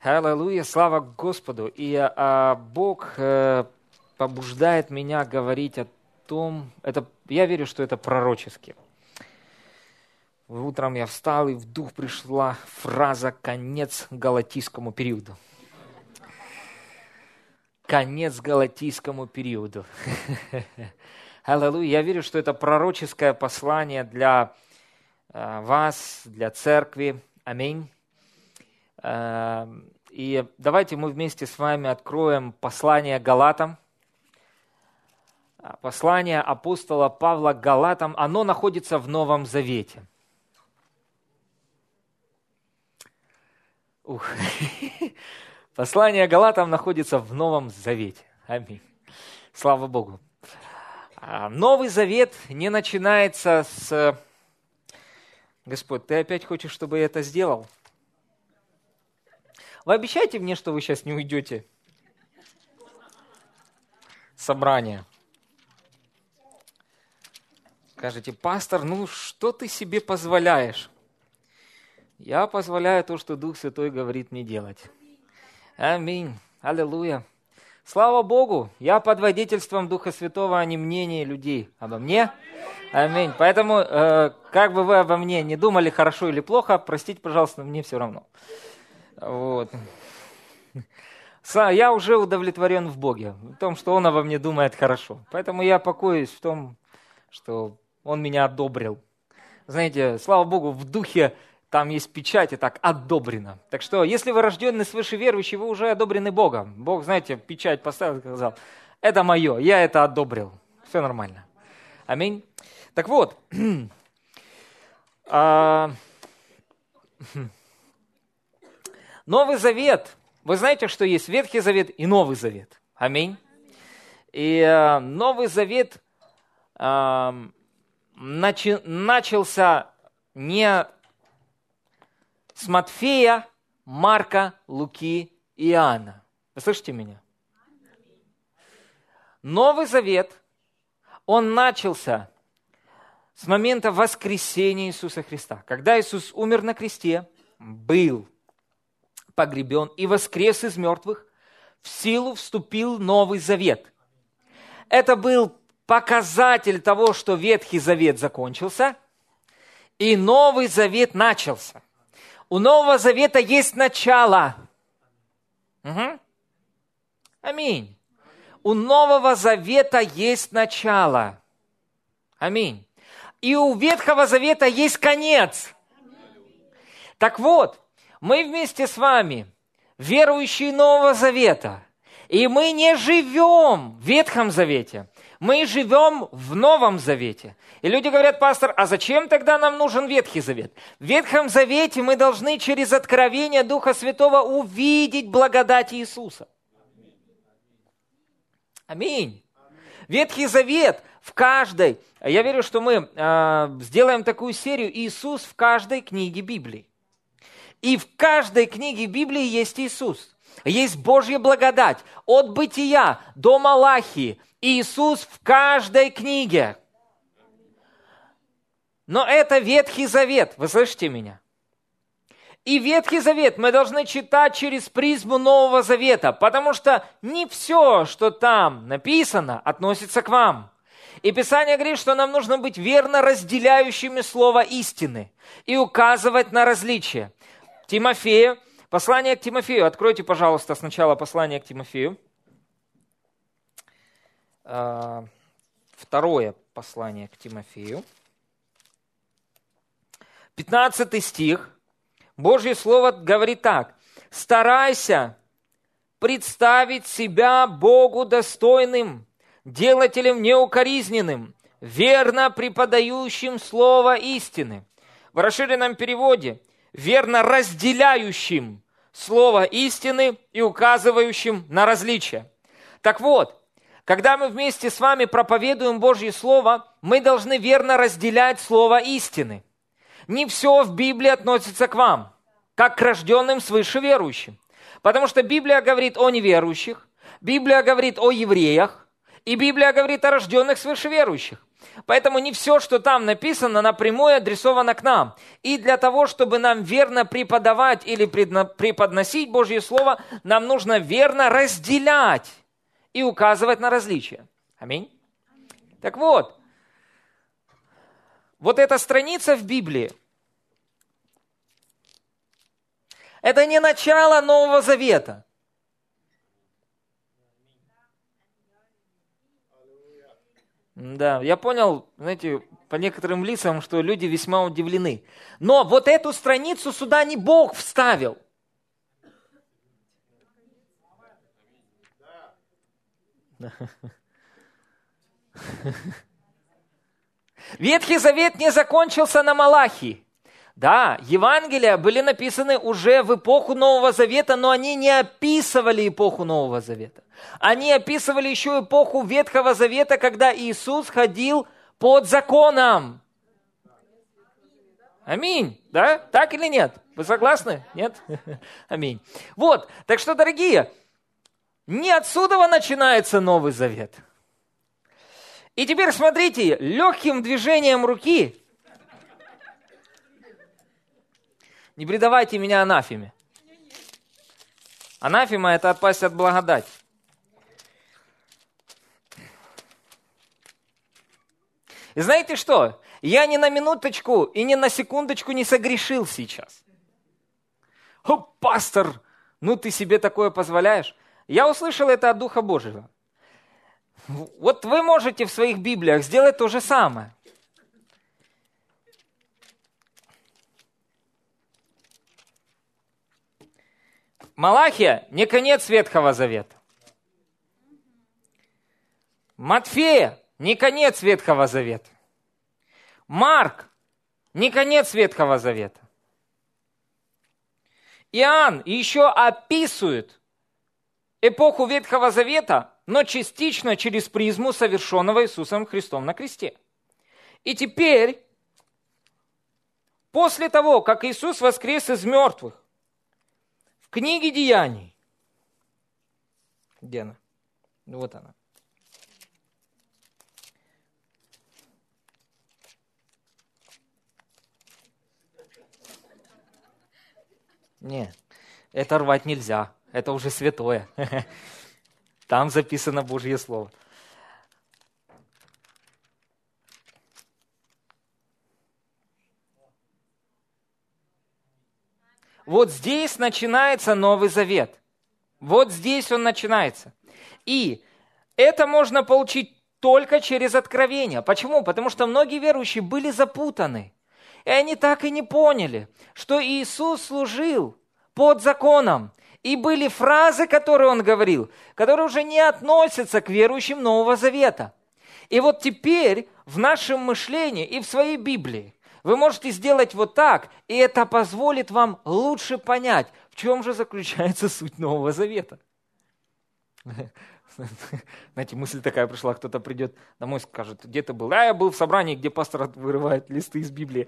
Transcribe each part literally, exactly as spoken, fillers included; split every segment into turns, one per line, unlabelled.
Аллилуйя, слава Господу. И а, Бог а, побуждает меня говорить о том, это, я верю, что это пророчески. Утром я встал, и в дух пришла фраза «конец галатийскому периоду». Конец галатийскому периоду. Аллилуйя. Я верю, что это пророческое послание для а, вас, для церкви. Аминь. А, и давайте мы вместе с вами откроем послание Галатам. Послание апостола Павла к Галатам, оно находится в Новом Завете. Ух. Послание Галатам находится в Новом Завете. Аминь. Слава Богу. Новый Завет не начинается с... Господь, ты опять хочешь, чтобы я это сделал? Вы обещаете мне, что вы сейчас не уйдете с собрания? Скажете, пастор, ну что ты себе позволяешь? Я позволяю то, что Дух Святой говорит мне делать. Аминь. Аллилуйя. Слава Богу, я под водительством Духа Святого, а не мнение людей обо мне. Аминь. Поэтому, э, как бы вы обо мне не думали, хорошо или плохо, простите, пожалуйста, мне все равно. Вот. Я уже удовлетворен в Боге, в том, что Он обо мне думает хорошо. Поэтому я покоюсь в том, что Он меня одобрил. Знаете, слава Богу, в духе там есть печать, и так одобрено. Так что, если вы рожденный свыше верующий, вы уже одобрены Богом. Бог, знаете, печать поставил и сказал, это мое, я это одобрил. Все нормально. Аминь. Так вот, Новый Завет, вы знаете, что есть Ветхий Завет и Новый Завет. Аминь. И Новый Завет начался не с Матфея, Марка, Луки и Иоанна. Вы слышите меня? Новый Завет, он начался с момента воскресения Иисуса Христа. Когда Иисус умер на кресте, был погребен и воскрес из мертвых, в силу вступил Новый Завет. Это был показатель того, что Ветхий Завет закончился, и Новый Завет начался. У Нового Завета есть начало. Угу. Аминь. У Нового Завета есть начало. Аминь. И у Ветхого Завета есть конец. Так вот, мы вместе с вами, верующие Нового Завета, и мы не живем в Ветхом Завете, мы живем в Новом Завете. И люди говорят, пастор, а зачем тогда нам нужен Ветхий Завет? В Ветхом Завете мы должны через откровение Духа Святого увидеть благодать Иисуса. Аминь. Ветхий Завет в каждой, я верю, что мы э, сделаем такую серию «Иисус в каждой книге Библии». И в каждой книге Библии есть Иисус. Есть Божья благодать. От Бытия до Малахии. Иисус в каждой книге. Но это Ветхий Завет. Вы слышите меня? И Ветхий Завет мы должны читать через призму Нового Завета, потому что не все, что там написано, относится к вам. И Писание говорит, что нам нужно быть верно разделяющими слово истины и указывать на различия. Тимофею, послание к Тимофею. Откройте, пожалуйста, сначала послание к Тимофею. Второе послание к Тимофею. пятнадцатый стих. Божье Слово говорит так. «Старайся представить себя Богу достойным, делателем неукоризненным, верно преподающим слово истины». В расширенном переводе верно разделяющим слово истины и указывающим на различия. Так вот, когда мы вместе с вами проповедуем Божье Слово, мы должны верно разделять слово истины. Не все в Библии относится к вам, как к рожденным свыше верующим. Потому что Библия говорит о неверующих, Библия говорит о евреях, и Библия говорит о рожденных свыше верующих. Поэтому не все, что там написано, напрямую адресовано к нам. И для того, чтобы нам верно преподавать или преподносить Божье Слово, нам нужно верно разделять и указывать на различия. Аминь. Так вот, вот эта страница в Библии, это не начало Нового Завета. Да, я понял, знаете, по некоторым лицам, что люди весьма удивлены. Но вот эту страницу сюда не Бог вставил. Ветхий Завет не закончился на Малахии. Да, Евангелия были написаны уже в эпоху Нового Завета, но они не описывали эпоху Нового Завета. Они описывали еще эпоху Ветхого Завета, когда Иисус ходил под законом. Аминь. Да? Так или нет? Вы согласны? Нет? Аминь. Вот. Так что, дорогие, не отсюда начинается Новый Завет. И теперь смотрите, легким движением руки не предавайте меня анафеме. Анафема – это отпасть от благодати. И знаете что? Я ни на минуточку и ни на секундочку не согрешил сейчас. О, пастор, ну ты себе такое позволяешь? Я услышал это от Духа Божьего. Вот вы можете в своих Библиях сделать то же самое. Малахия не конец Ветхого Завета. Матфея не конец Ветхого Завета. Марк не конец Ветхого Завета. Иоанн еще описывает эпоху Ветхого Завета, но частично через призму совершенного Иисусом Христом на кресте. И теперь, после того, как Иисус воскрес из мертвых, в книге Деяний, где она? Вот она. Нет, это рвать нельзя, это уже святое. Там записано Божье Слово. Вот здесь начинается Новый Завет. Вот здесь он начинается. И это можно получить только через откровение. Почему? Потому что многие верующие были запутаны. И они так и не поняли, что Иисус служил под законом. И были фразы, которые он говорил, которые уже не относятся к верующим Нового Завета. И вот теперь в нашем мышлении и в своей Библии вы можете сделать вот так, и это позволит вам лучше понять, в чем же заключается суть Нового Завета. Знаете, мысль такая пришла, кто-то придет домой и скажет, где ты был? А я был в собрании, где пастор вырывает листы из Библии.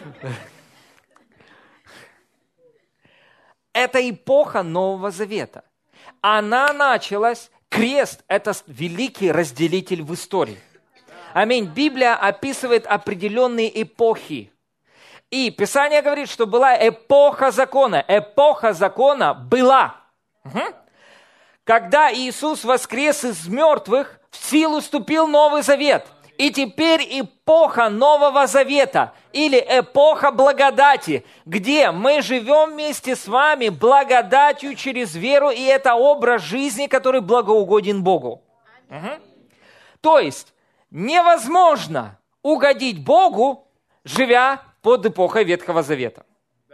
Это эпоха Нового Завета. Она началась, крест – это великий разделитель в истории. Аминь. Библия описывает определенные эпохи. И Писание говорит, что была эпоха закона. Эпоха закона была. Угу. Когда Иисус воскрес из мертвых, в силу вступил Новый Завет. И теперь эпоха Нового Завета, или эпоха благодати, где мы живем вместе с вами благодатью через веру, и это образ жизни, который благоугоден Богу. Угу. То есть невозможно угодить Богу, живя под эпохой Ветхого Завета.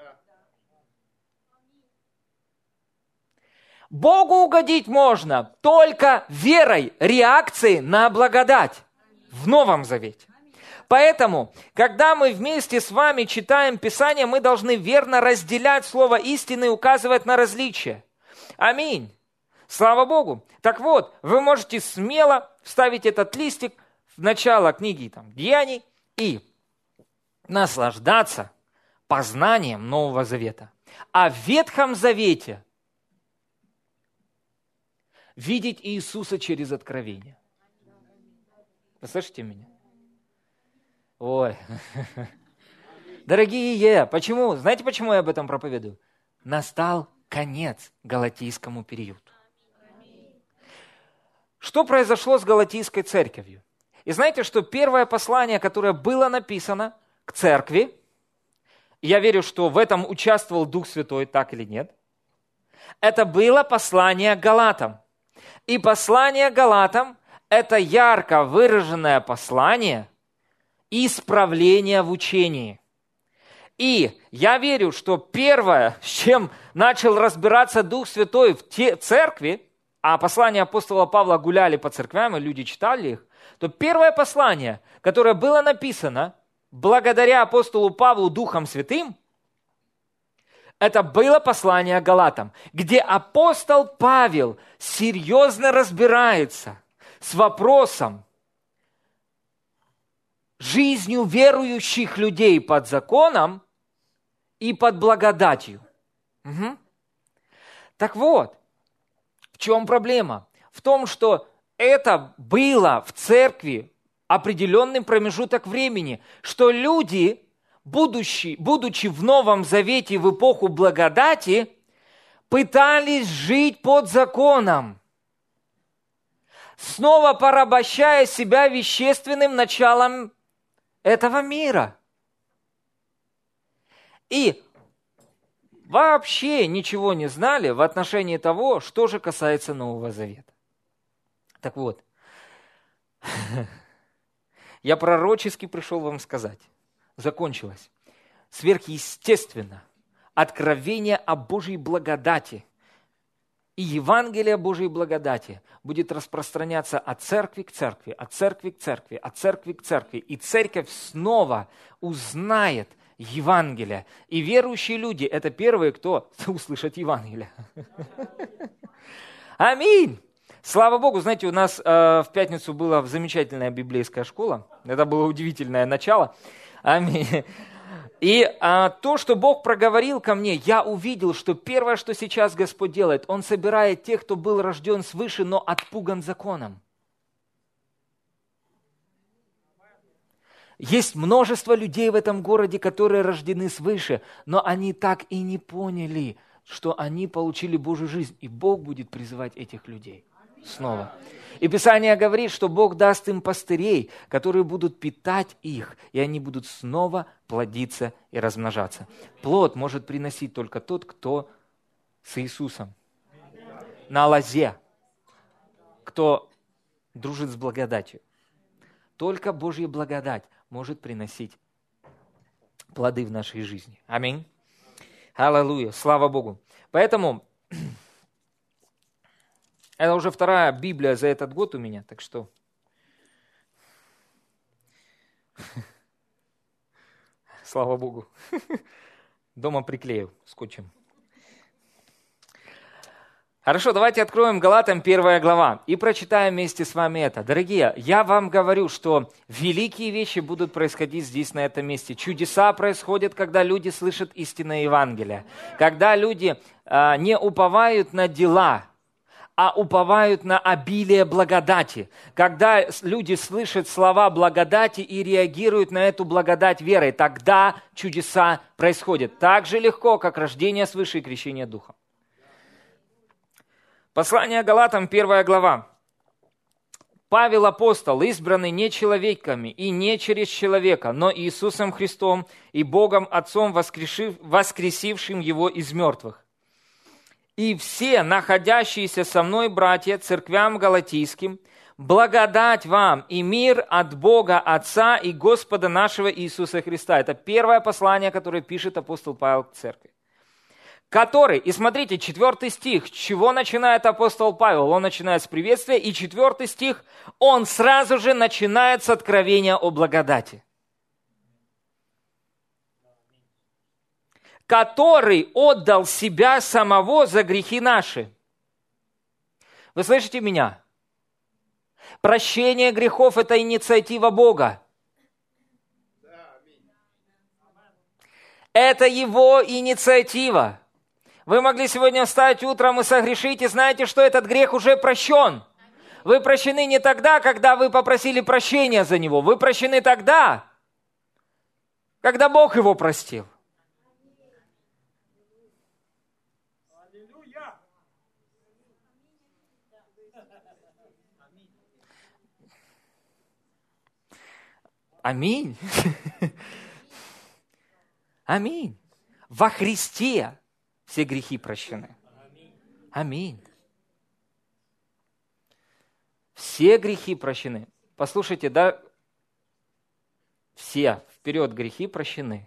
Богу угодить можно только верой, реакцией на благодать в Новом Завете. Поэтому, когда мы вместе с вами читаем Писание, мы должны верно разделять слово истины и указывать на различия. Аминь. Слава Богу. Так вот, вы можете смело вставить этот листик в начало книги там, Деяний и наслаждаться познанием Нового Завета. А в Ветхом Завете видеть Иисуса через откровение. Вы слышите меня? Ой. Дорогие, почему? Знаете, почему я об этом проповедую? Настал конец галатийскому периоду. Что произошло с галатийской церковью? И знаете, что первое послание, которое было написано к церкви, я верю, что в этом участвовал Дух Святой, так или нет, это было послание Галатам. И послание Галатам – это ярко выраженное послание исправления в учении. И я верю, что первое, с чем начал разбираться Дух Святой в те церкви, а послания апостола Павла гуляли по церквям, и люди читали их, то первое послание, которое было написано благодаря апостолу Павлу Духом Святым, это было послание Галатам, где апостол Павел серьезно разбирается с вопросом жизнью верующих людей под законом и под благодатью. Угу. Так вот, в чем проблема? В том, что это было в церкви определенный промежуток времени, что люди, будучи, будучи в Новом Завете в эпоху благодати, пытались жить под законом, снова порабощая себя вещественным началом этого мира. И вообще ничего не знали в отношении того, что же касается Нового Завета. Так вот, я пророчески пришел вам сказать, закончилось сверхъестественно откровение о Божьей благодати. И Евангелие Божьей благодати будет распространяться от церкви к церкви, от церкви к церкви, от церкви к церкви. И церковь снова узнает Евангелие. И верующие люди – это первые, кто услышат Евангелие. Аминь! Слава Богу, знаете, у нас э, в пятницу была замечательная библейская школа. Это было удивительное начало. Аминь. И а, то, что Бог проговорил ко мне, я увидел, что первое, что сейчас Господь делает, Он собирает тех, кто был рожден свыше, но отпуган законом. Есть множество людей в этом городе, которые рождены свыше, но они так и не поняли, что они получили Божью жизнь, и Бог будет призывать этих людей снова. И Писание говорит, что Бог даст им пастырей, которые будут питать их, и они будут снова плодиться и размножаться. Плод может приносить только тот, кто с Иисусом на лозе, кто дружит с благодатью. Только Божья благодать может приносить плоды в нашей жизни. Аминь. Аллилуйя. Слава Богу. Поэтому это уже вторая Библия за этот год у меня, так что слава Богу. Дома приклею скотчем. Хорошо, давайте откроем Галатам первая глава и прочитаем вместе с вами это. Дорогие, я вам говорю, что великие вещи будут происходить здесь, на этом месте. Чудеса происходят, когда люди слышат истинное Евангелие, когда люди а, не уповают на дела, а уповают на обилие благодати. Когда люди слышат слова благодати и реагируют на эту благодать верой, тогда чудеса происходят. Так же легко, как рождение свыше и крещение Духом. Послание Галатам, первая глава. Павел апостол, избранный не человеками и не через человека, но Иисусом Христом и Богом Отцом, воскресившим Его из мертвых. И все находящиеся со мной братья, церквям галатийским, благодать вам и мир от Бога Отца и Господа нашего Иисуса Христа. Это первое послание, которое пишет апостол Павел к церкви. Который, и смотрите, четвертый стих, с чего начинает апостол Павел? Он начинает с приветствия, и четвертый стих, он сразу же начинает с откровения о благодати. Который отдал себя самого за грехи наши. Вы слышите меня? Прощение грехов – это инициатива Бога. Это Его инициатива. Вы могли сегодня встать утром и согрешить, и знаете, что этот грех уже прощен. Вы прощены не тогда, когда вы попросили прощения за него. Вы прощены тогда, Когда Бог его простил. Аминь. Аминь. Во Христе все грехи прощены. Аминь. Все грехи прощены. Послушайте, да, все, вперед, грехи прощены.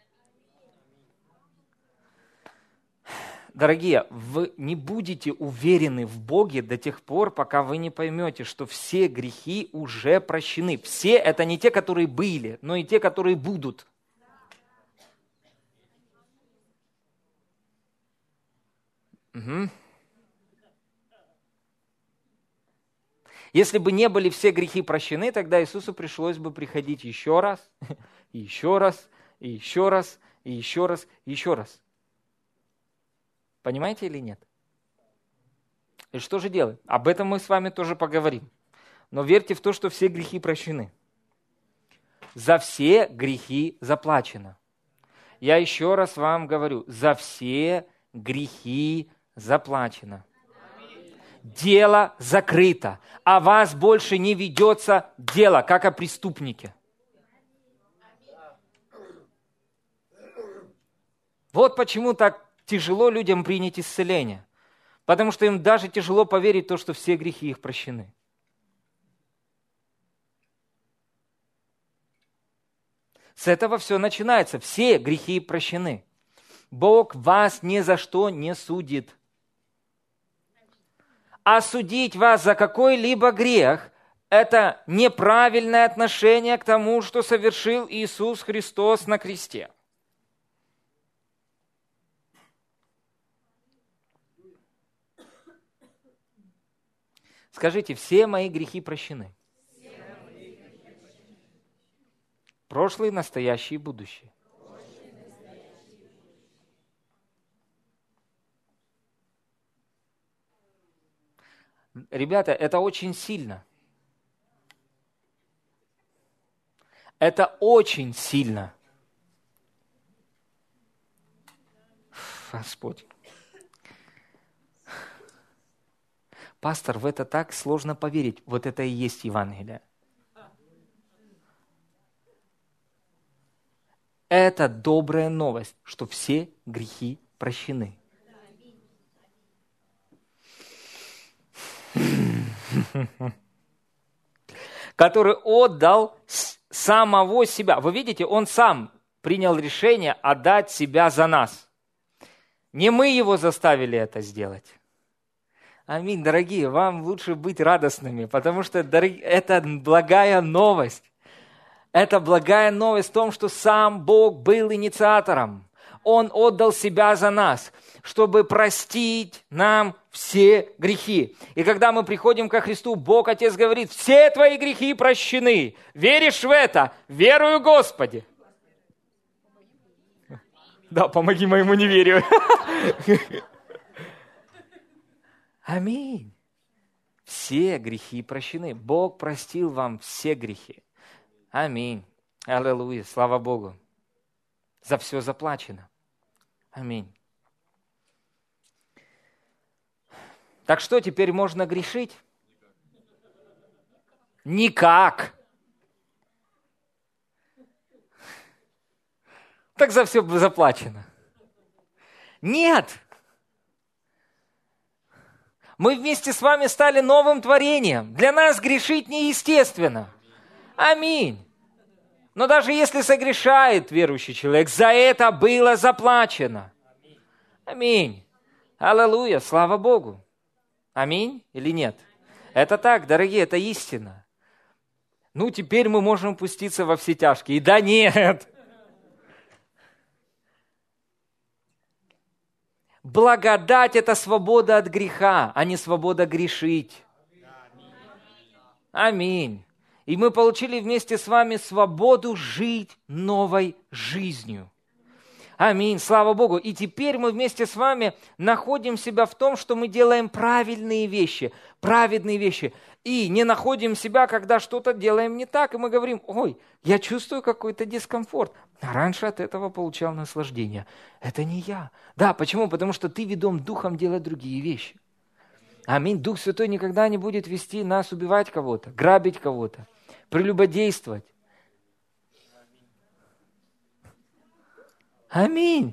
Дорогие, вы не будете уверены в Боге до тех пор, пока вы не поймете, что все грехи уже прощены. Все — это не те, которые были, но и те, которые будут. Угу. Если бы не были все грехи прощены, тогда Иисусу пришлось бы приходить еще раз, и еще раз, и еще раз, и еще раз, и еще раз. Понимаете или нет? И что же делать? Об этом мы с вами тоже поговорим. Но верьте в то, что все грехи прощены. За все грехи заплачено. Я еще раз вам говорю, за все грехи заплачено. Дело закрыто. О вас больше не ведется дело, как о преступнике. Вот почему так тяжело людям принять исцеление. Потому что им даже тяжело поверить в то, что все грехи их прощены. С этого все начинается. Все грехи прощены. Бог вас ни за что не судит. Осудить вас за какой-либо грех – это неправильное отношение к тому, что совершил Иисус Христос на кресте. Скажите, все мои грехи прощены? Прошлые, настоящие и будущие. Ребята, это очень сильно. Это очень сильно. Господь. Пастор, в это так сложно поверить. Вот это и есть Евангелие. Это добрая новость, что все грехи прощены. Который отдал самого себя. Вы видите, он сам принял решение отдать себя за нас. Не мы его заставили это сделать. Аминь, дорогие, вам лучше быть радостными, потому что это благая новость. Это благая новость в том, что сам Бог был инициатором. Он отдал себя за нас, чтобы простить нам все грехи. И когда мы приходим ко Христу, Бог Отец говорит: все твои грехи прощены. Веришь в это? Верую, Господи. Да, помоги моему неверию. Аминь. Все грехи прощены. Бог простил вам все грехи. Аминь. Аллилуйя. Слава Богу. За все заплачено. Аминь. Так что, теперь можно грешить? Никак. Так за все заплачено. Нет. Мы вместе с вами стали новым творением. Для нас грешить неестественно. Аминь. Но даже если согрешает верующий человек, за это было заплачено. Аминь. Аллилуйя. Слава Богу. Аминь или нет? Это так, дорогие, это истина. Ну, теперь мы можем пуститься во все тяжкие. Да нет. Благодать – это свобода от греха, а не свобода грешить. Аминь. И мы получили вместе с вами свободу жить новой жизнью. Аминь, слава Богу. И теперь мы вместе с вами находим себя в том, что мы делаем правильные вещи, праведные вещи. И не находим себя, когда что-то делаем не так, и мы говорим: ой, я чувствую какой-то дискомфорт. А раньше от этого получал наслаждение. Это не я. Да, почему? Потому что ты ведом Духом делать другие вещи. Аминь. Дух Святой никогда не будет вести нас убивать кого-то, грабить кого-то, прелюбодействовать. Аминь.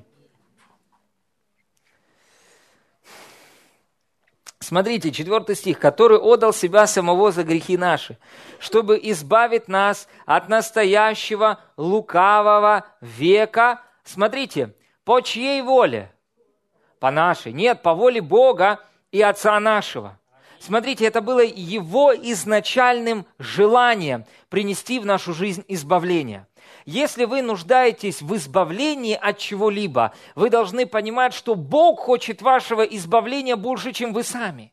Смотрите, четвертый стих. «Который отдал себя самого за грехи наши, чтобы избавить нас от настоящего лукавого века». Смотрите, по чьей воле? По нашей. Нет, по воле Бога и Отца нашего. Смотрите, это было Его изначальным желанием принести в нашу жизнь избавление. Если вы нуждаетесь в избавлении от чего-либо, вы должны понимать, что Бог хочет вашего избавления больше, чем вы сами.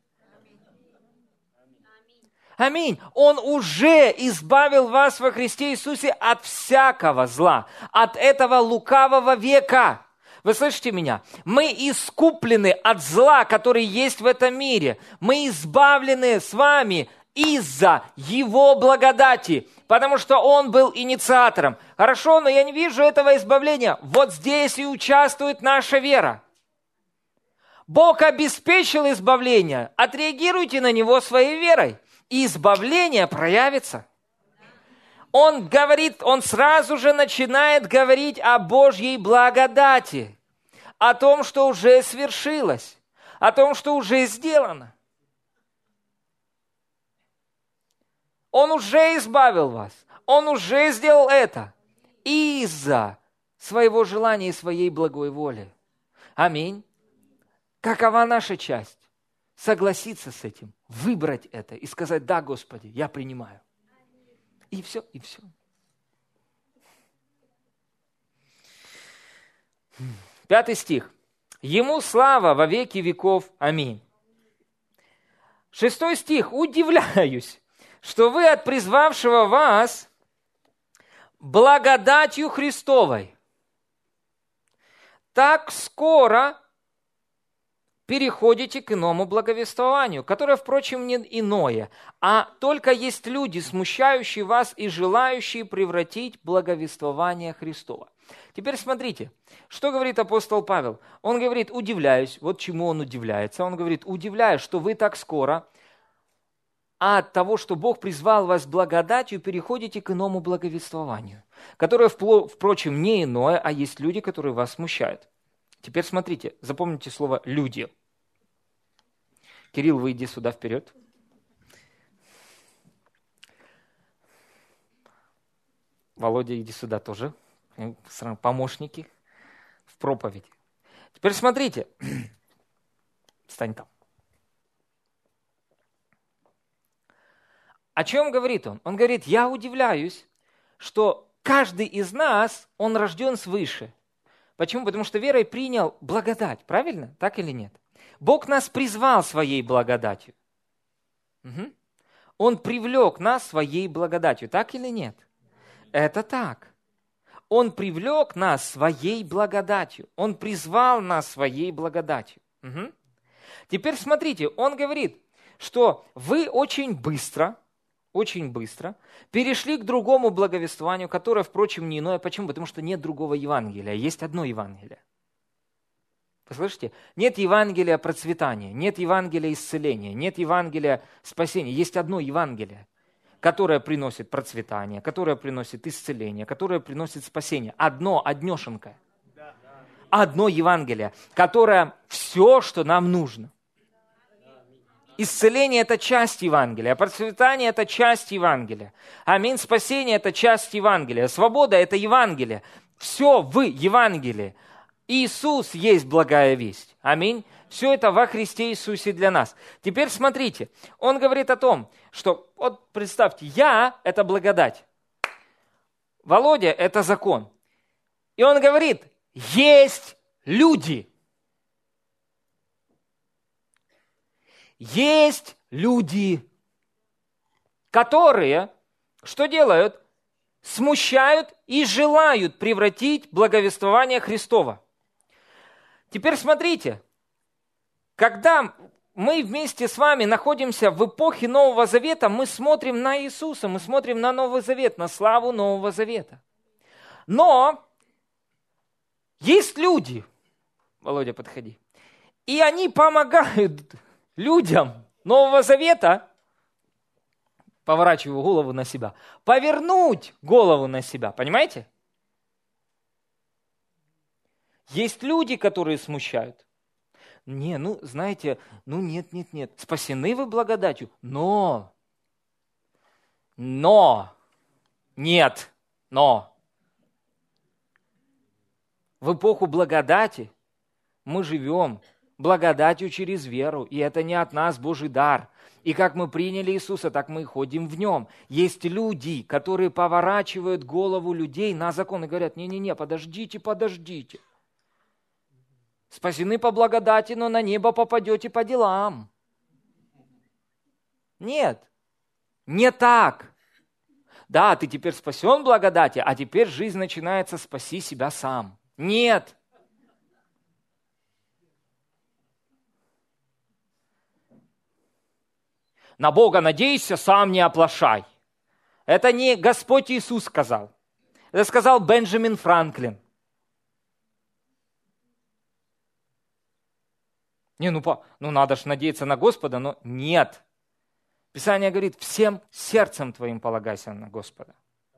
Аминь. Он уже избавил вас во Христе Иисусе от всякого зла, от этого лукавого века. Вы слышите меня? Мы искуплены от зла, который есть в этом мире. Мы избавлены с вами из-за Его благодати, потому что Он был инициатором. Хорошо, но я не вижу этого избавления. Вот здесь и участвует наша вера. Бог обеспечил избавление. Отреагируйте на Него своей верой, и избавление проявится. Он говорит, Он сразу же начинает говорить о Божьей благодати, о том, что уже свершилось, о том, что уже сделано. Он уже избавил вас. Он уже сделал это из-за своего желания и своей благой воли. Аминь. Какова наша часть? Согласиться с этим, выбрать это и сказать: да, Господи, я принимаю. И все, и все. Пятый стих. Ему слава во веки веков. Аминь. Шестой стих. Удивляюсь, что вы от призвавшего вас благодатью Христовой так скоро переходите к иному благовествованию, которое, впрочем, не иное, а только есть люди, смущающие вас и желающие превратить благовествование Христова. Теперь смотрите, что говорит апостол Павел. Он говорит: удивляюсь. Вот чему он удивляется. Он говорит: удивляюсь, что вы так скоро от того, что Бог призвал вас благодатью, переходите к иному благовествованию, которое, впрочем, не иное, а есть люди, которые вас смущают. Теперь смотрите, запомните слово «люди». Кирилл, выйди сюда вперед. Володя, иди сюда тоже. Помощники в проповеди. Теперь смотрите. Встань там. О чем говорит он? Он говорит: я удивляюсь, что каждый из нас, он рожден свыше. Почему? Потому что верой принял благодать. Правильно? Так или нет? Бог нас призвал своей благодатью. Угу. Он привлек нас своей благодатью. Так или нет? Это так. Он привлек нас своей благодатью. Он призвал нас своей благодатью. Угу. Теперь смотрите, он говорит, что вы очень быстро, очень быстро перешли к другому благовествованию, которое, впрочем, не иное. Почему? Потому что нет другого Евангелия, есть одно Евангелие. Вы слышите? Нет Евангелия процветания, нет Евангелия исцеления, нет Евангелия спасения. Есть одно Евангелие, которое приносит процветание, которое приносит исцеление, которое приносит спасение. Одно, однешенькое. Одно Евангелие, которое все, что нам нужно. Исцеление – это часть Евангелия, процветание – это часть Евангелия. Аминь. Спасение – это часть Евангелия. Свобода – это Евангелие. Все в Евангелии. Иисус есть благая весть. Аминь. Все это во Христе Иисусе для нас. Теперь смотрите, он говорит о том, что, вот представьте, я – это благодать. Володя – это закон. И он говорит, есть люди. Есть люди, которые что делают? Смущают и желают превратить благовествование Христова. Теперь смотрите, когда мы вместе с вами находимся в эпохе Нового Завета, мы смотрим на Иисуса, мы смотрим на Новый Завет, на славу Нового Завета. Но есть люди, Володя, подходи, и они помогают людям Нового Завета, поворачиваю голову на себя, повернуть голову на себя, понимаете? Есть люди, которые смущают. Не, ну, знаете, ну нет, нет, нет, спасены вы благодатью, но, но, нет, но. В эпоху благодати мы живем благодатью через веру, и это не от нас Божий дар. И как мы приняли Иисуса, так мы и ходим в Нем. Есть люди, которые поворачивают голову людей на закон и говорят, не-не-не, подождите, подождите. Спасены по благодати, но на небо попадете по делам. Нет, не так. Да, ты теперь спасен благодати, а теперь жизнь начинается «спаси себя сам». Нет. На Бога надейся, сам не оплошай. Это не Господь Иисус сказал. Это сказал Бенджамин Франклин. Не, ну, по, ну надо ж надеяться на Господа, но нет. Писание говорит, всем сердцем твоим полагайся на Господа.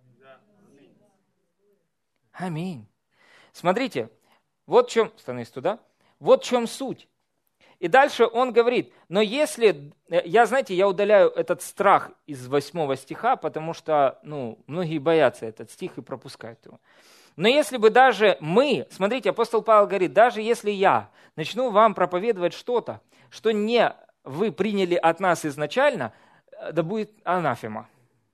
Аминь. Смотрите, вот в чем, становись туда, вот в чем суть. И дальше он говорит, но если, я, знаете, я удаляю этот страх из восьмого стиха, потому что, ну, многие боятся этот стих и пропускают его. Но если бы даже мы, смотрите, апостол Павел говорит, даже если я начну вам проповедовать что-то, что не вы приняли от нас изначально, да будет анафема.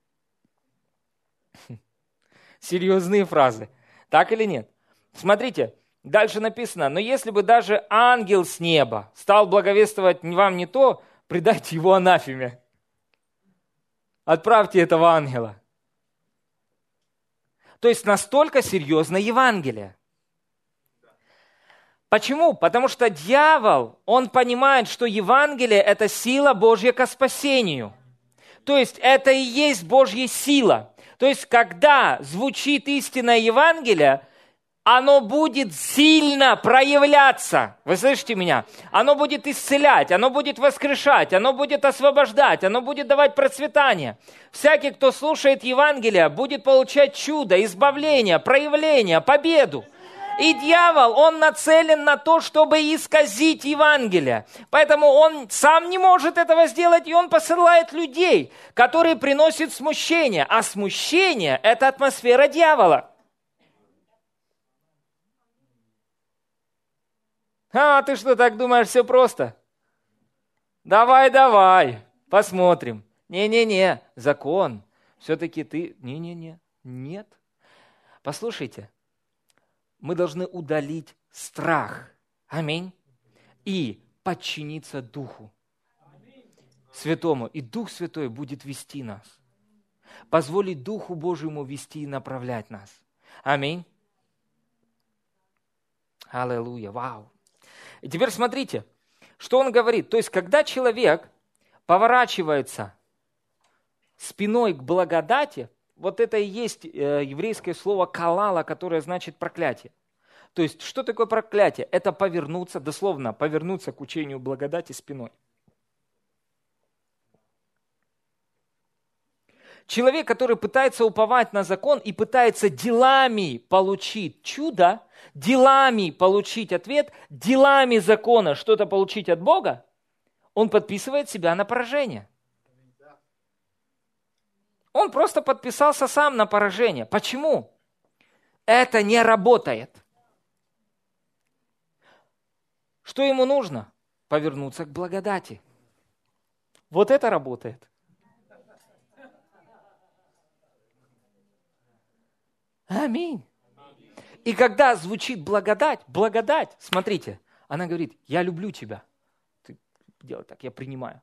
Серьезные фразы. Так или нет? Смотрите, дальше написано, но если бы даже ангел с неба стал благовествовать вам не то, предайте его анафеме. Отправьте этого ангела. То есть настолько серьезно Евангелие. Почему? Потому что дьявол, он понимает, что Евангелие – это сила Божья ко спасению. То есть это и есть Божья сила. То есть когда звучит истинное Евангелие, оно будет сильно проявляться. Вы слышите меня? Оно будет исцелять, оно будет воскрешать, оно будет освобождать, оно будет давать процветание. Всякий, кто слушает Евангелие, будет получать чудо, избавление, проявление, победу. И дьявол, он нацелен на то, чтобы исказить Евангелие. Поэтому он сам не может этого сделать, и он посылает людей, которые приносят смущение. А смущение – это атмосфера дьявола. А, ты что, так думаешь, все просто? Давай, давай, посмотрим. Не-не-не, закон. Все-таки ты... Не-не-не, нет. Послушайте, мы должны удалить страх. Аминь. И подчиниться Духу Святому. И Дух Святой будет вести нас. Позволить Духу Божьему вести и направлять нас. Аминь. Аллилуйя, вау. И теперь смотрите, что он говорит. То есть, когда человек поворачивается спиной к благодати, вот это и есть э, еврейское слово «калала», которое значит проклятие. То есть, что такое проклятие? Это повернуться, дословно, повернуться к учению благодати спиной. Человек, который пытается уповать на закон и пытается делами получить чудо, делами получить ответ, делами закона что-то получить от Бога, он подписывает себя на поражение. Он просто подписался сам на поражение. Почему? Это не работает. Что ему нужно? Повернуться к благодати. Вот это работает. Аминь. И когда звучит благодать, благодать, смотрите, она говорит, я люблю тебя. Ты делай так, я принимаю.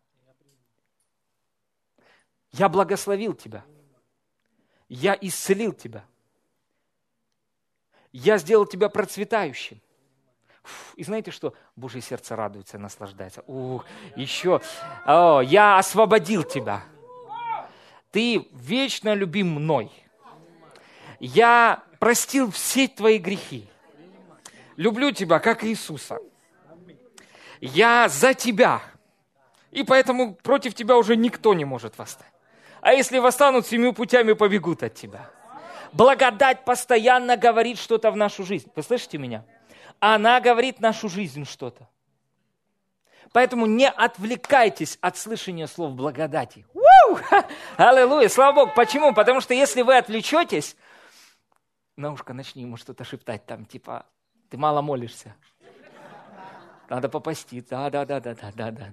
Я благословил тебя. Я исцелил тебя. я сделал тебя процветающим. Фу, и знаете что? Божье сердце радуется, наслаждается. Ух, еще. О, я освободил тебя. Ты вечно любим мной. Я простил все твои грехи. Люблю тебя, как Иисуса. Я за тебя. И поэтому против тебя уже никто не может восстать. А если восстанут, семью путями побегут от тебя. Благодать постоянно говорит что-то в нашу жизнь. Вы слышите меня? Она говорит в нашу жизнь что-то. Поэтому не отвлекайтесь от слышания слов благодати. У-у-у! Аллилуйя! Слава Богу! Почему? Потому что если вы отвлечетесь, на ушко начни ему что-то шептать там, типа, ты мало молишься. Надо попаститься. Да, да, да, да, да, да, да.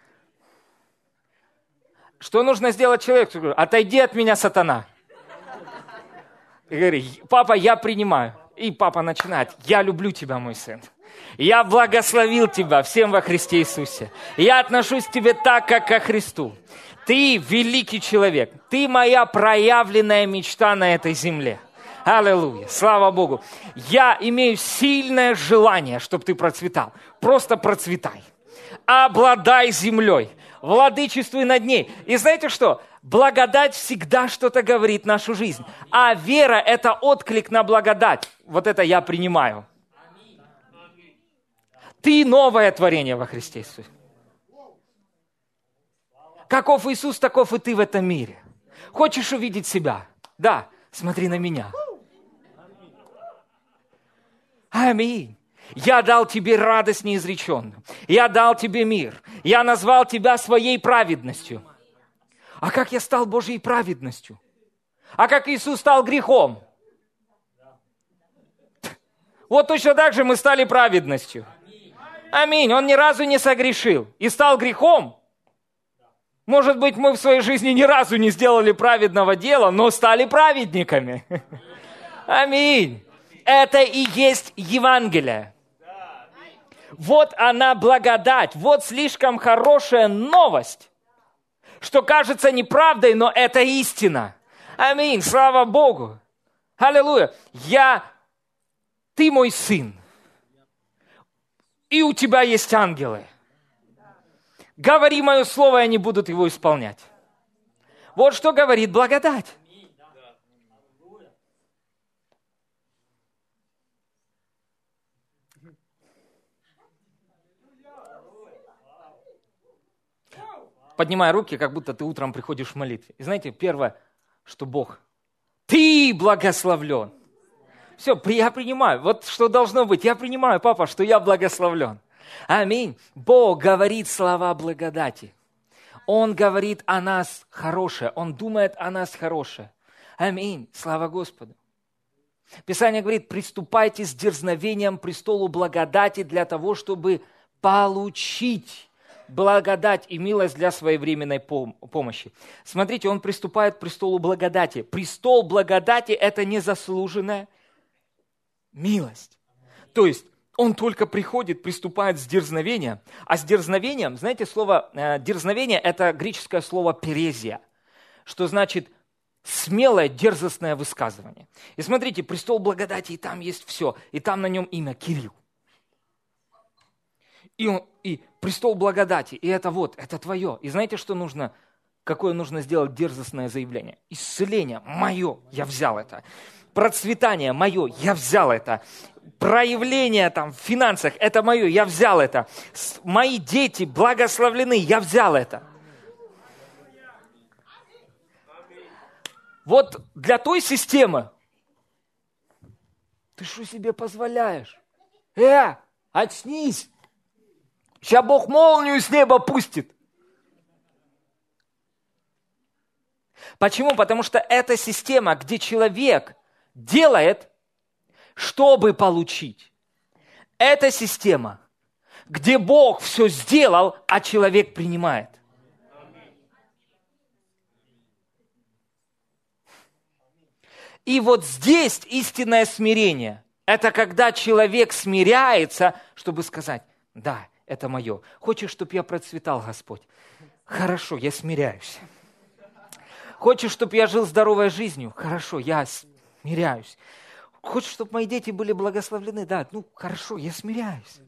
Что нужно сделать человеку? Отойди от меня, сатана. И говори, папа, я принимаю. И папа начинает, я люблю тебя, мой сын. Я благословил тебя всем во Христе Иисусе. Я отношусь к тебе так, как ко Христу. Ты великий человек. Ты моя проявленная мечта на этой земле. Аллилуйя. Слава Богу. Я имею сильное желание, чтобы ты процветал. Просто процветай. Обладай землей. Владычествуй над ней. И знаете что? Благодать всегда что-то говорит в нашу жизнь. А вера – это отклик на благодать. Вот это я принимаю. Ты новое творение во Христе Иисусе. Каков Иисус, таков и ты в этом мире. Хочешь увидеть себя? Да, смотри на меня. Аминь. Я дал тебе радость неизреченную. Я дал тебе мир. Я назвал тебя своей праведностью. А как я стал Божьей праведностью? А как Иисус стал грехом? Вот точно так же мы стали праведностью. Аминь. Он ни разу не согрешил и стал грехом. Может быть, мы в своей жизни ни разу не сделали праведного дела, но стали праведниками. Аминь. Это и есть Евангелие. Вот она благодать. Вот слишком хорошая новость, что кажется неправдой, но это истина. Аминь. Слава Богу. Аллилуйя. Я, ты мой сын. И у тебя есть ангелы. Говори мое слово, и они будут его исполнять. Вот что говорит благодать. Поднимай руки, как будто ты утром приходишь в молитве. И знаете, первое, что Бог, ты благословлен. Все, я принимаю. Вот что должно быть. Я принимаю, папа, что я благословлен. Аминь. Бог говорит слова благодати. Он говорит о нас хорошее. Он думает о нас хорошее. Аминь. Слава Господу. Писание говорит, приступайте с дерзновением к престолу благодати для того, чтобы получить благодать и милость для своевременной пом- помощи. Смотрите, он приступает к престолу благодати. Престол благодати – это незаслуженная милость. То есть, он только приходит, приступает с дерзновением. А с дерзновением, знаете, слово э, дерзновение – это греческое слово «перезия», что значит смелое, дерзостное высказывание. И смотрите, престол благодати, и там есть все. И там на нем имя Кирилл. И, он, и престол благодати, и это вот, это твое. И знаете, что нужно, какое нужно сделать дерзостное заявление? Исцеление мое, я взял это. Процветание мое, я взял это. Проявление там в финансах, это мое, я взял это. Мои дети благословлены, я взял это. Вот для той системы, ты что себе позволяешь? Э, очнись! Сейчас Бог молнию с неба пустит. Почему? Потому что это система, где человек делает, чтобы получить. Это система, где Бог все сделал, а человек принимает. И вот здесь истинное смирение. Это когда человек смиряется, чтобы сказать, да, это мое. Хочешь, чтобы я процветал, Господь? Хорошо, я смиряюсь. Хочешь, чтобы я жил здоровой жизнью? Хорошо, я смиряюсь. хочешь, чтобы мои дети были благословлены? Да, ну хорошо, я смиряюсь.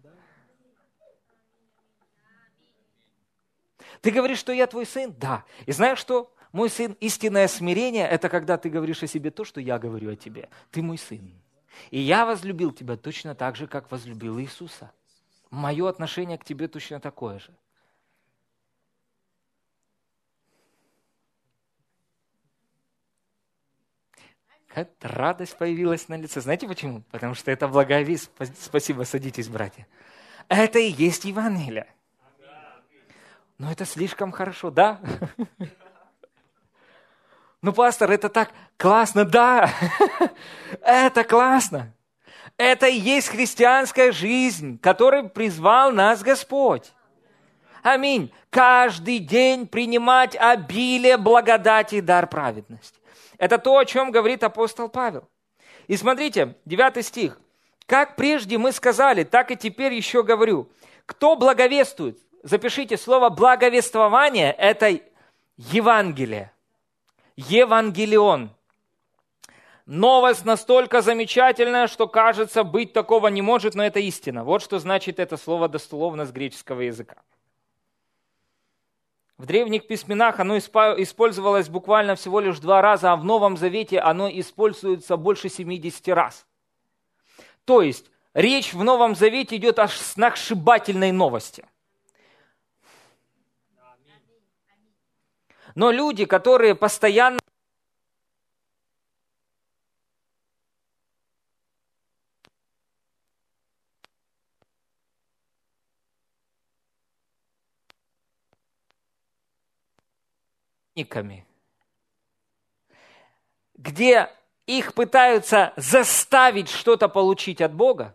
Ты говоришь, что я твой сын? Да. И знаешь что? Мой сын, истинное смирение, это когда ты говоришь о себе то, что я говорю о тебе. Ты мой сын. И я возлюбил тебя точно так же, как возлюбил Иисуса. Мое отношение к тебе точно такое же. Как радость появилась на лице. Знаете почему? Потому что это благая весть. Спасибо, садитесь, братья. Это и есть Евангелие. Но это слишком хорошо, да? Ну, пастор, это так классно, да, это классно. Это и есть христианская жизнь, которой призвал нас Господь. Аминь. Каждый день принимать обилие благодати и дар праведности. Это то, о чем говорит апостол Павел. И смотрите, девятый стих. «Как прежде мы сказали, так и теперь еще говорю. Кто благовествует?» Запишите, слово «благовествование» – это Евангелие. Евангелион. Новость настолько замечательная, что кажется, быть такого не может, но это истина. Вот что значит это слово дословно с греческого языка. В древних письменах оно использовалось буквально всего лишь два раза, а в Новом Завете оно используется больше семидесяти раз. То есть речь в Новом Завете идет о сногсшибательной новости. Но люди, которые постоянно где их пытаются заставить что-то получить от Бога,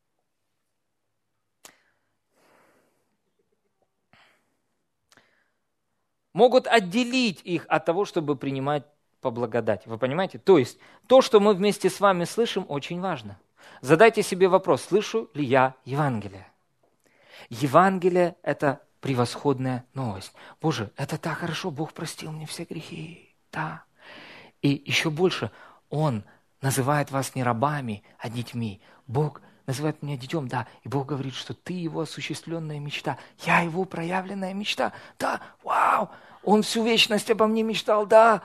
могут отделить их от того, чтобы принимать по благодати. Вы понимаете? То есть, то, что мы вместе с вами слышим, очень важно. Задайте себе вопрос, слышу ли я Евангелие? Евангелие – это превосходная новость. Боже, это так хорошо, Бог простил мне все грехи. Да. И еще больше, Он называет вас не рабами, а детьми. Бог называет меня детем, да. И Бог говорит, что ты Его осуществленная мечта. Я Его проявленная мечта. Да, вау, Он всю вечность обо мне мечтал, да.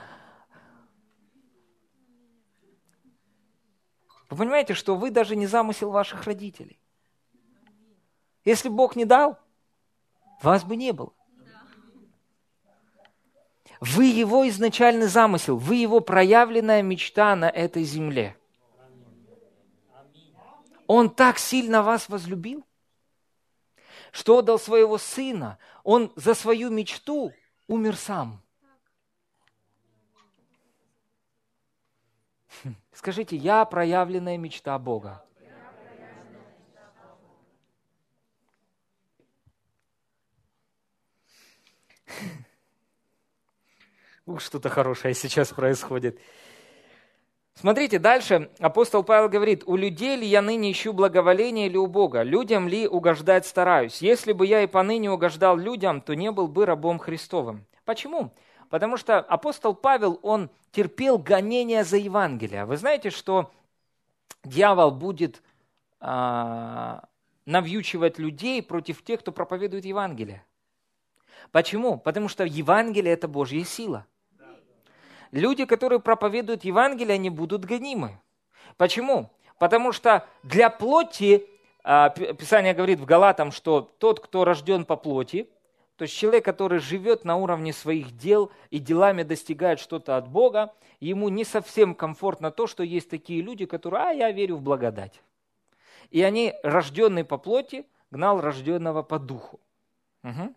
Вы понимаете, что вы даже не замысел ваших родителей. Если Бог не дал, вас бы не было. Вы Его изначальный замысел, вы Его проявленная мечта на этой земле. Он так сильно вас возлюбил, что отдал своего Сына. Он за свою мечту умер сам. Скажите, я проявленная мечта Бога. Ух, что-то хорошее сейчас происходит. Смотрите, дальше апостол Павел говорит, «У людей ли я ныне ищу благоволение или у Бога? Людям ли угождать стараюсь? Если бы я и поныне угождал людям, то не был бы рабом Христовым». Почему? Потому что апостол Павел, он терпел гонения за Евангелие. Вы знаете, что дьявол будет а, навьючивать людей против тех, кто проповедует Евангелие. Почему? Потому что Евангелие – это Божья сила. Люди, которые проповедуют Евангелие, они будут гонимы. Почему? Потому что для плоти, Писание говорит в Галатам, что тот, кто рожден по плоти, то есть человек, который живет на уровне своих дел и делами достигает что-то от Бога, ему не совсем комфортно то, что есть такие люди, которые, а, я верю в благодать. И они, рожденные по плоти, гнал рожденного по духу. Угу.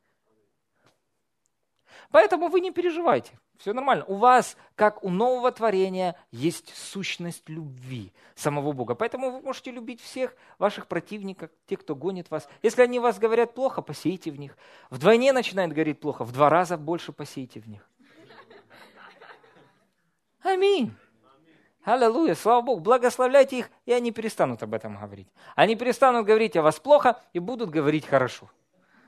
Поэтому вы не переживайте. Все нормально. У вас, как у нового творения, есть сущность любви самого Бога. Поэтому вы можете любить всех ваших противников, тех, кто гонит вас. Если они вас говорят плохо, посейте в них. Вдвойне начинает говорить плохо, в два раза больше посейте в них. Аминь. Аллилуйя, слава Богу. Благословляйте их, и они перестанут об этом говорить. Они перестанут говорить о вас плохо и будут говорить хорошо.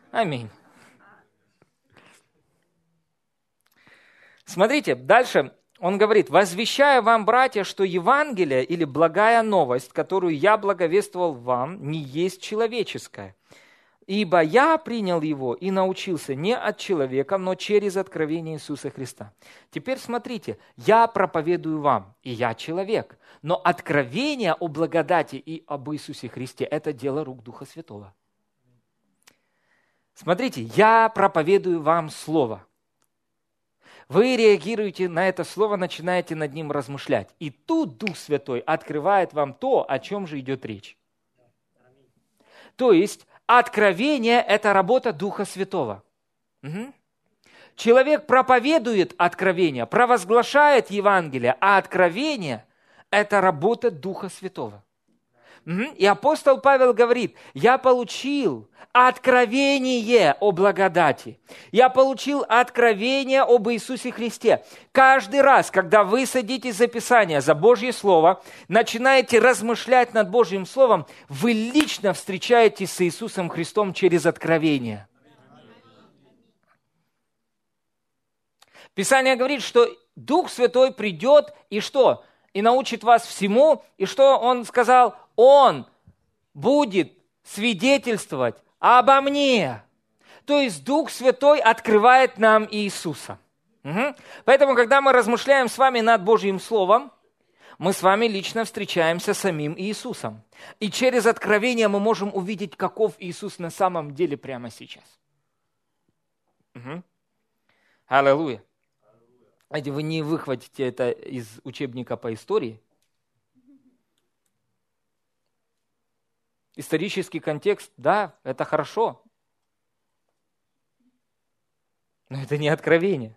Аминь. Смотрите, дальше Он говорит: «Возвещаю вам, братья, что Евангелие или благая новость, которую я благовествовал вам, не есть человеческая. Ибо я принял его и научился не от человека, но через откровение Иисуса Христа». Теперь смотрите, я проповедую вам, и я человек, но откровение о благодати и об Иисусе Христе – это дело рук Духа Святого. Смотрите, я проповедую вам Слово. Вы реагируете на это слово, начинаете над ним размышлять. И тут Дух Святой открывает вам то, о чем же идет речь. То есть откровение – это работа Духа Святого. Угу. Человек проповедует откровение, провозглашает Евангелие, а откровение – это работа Духа Святого. Угу. И апостол Павел говорит: «Я получил откровение о благодати. Я получил откровение об Иисусе Христе». Каждый раз, когда вы садитесь за Писание, за Божье Слово, начинаете размышлять над Божьим Словом, вы лично встречаетесь с Иисусом Христом через откровение. Писание говорит, что Дух Святой придет и что? И научит вас всему. И что Он сказал? Он будет свидетельствовать обо мне. То есть Дух Святой открывает нам Иисуса. Угу. Поэтому, когда мы размышляем с вами над Божьим Словом, мы с вами лично встречаемся с самим Иисусом. И через откровение мы можем увидеть, каков Иисус на самом деле прямо сейчас. Угу. Аллилуйя. Знаете, вы не выхватите это из учебника по истории. Исторический контекст, да, это хорошо. Но это не откровение.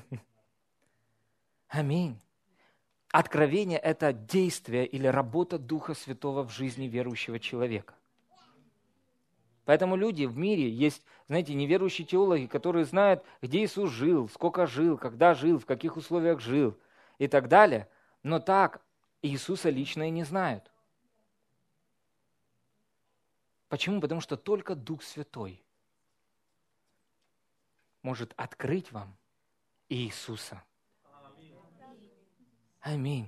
Аминь. Откровение – это действие или работа Духа Святого в жизни верующего человека. Поэтому люди в мире есть, знаете, неверующие теологи, которые знают, где Иисус жил, сколько жил, когда жил, в каких условиях жил и так далее. Но так Иисуса лично и не знают. Почему? Потому что только Дух Святой может открыть вам Иисуса. Аминь.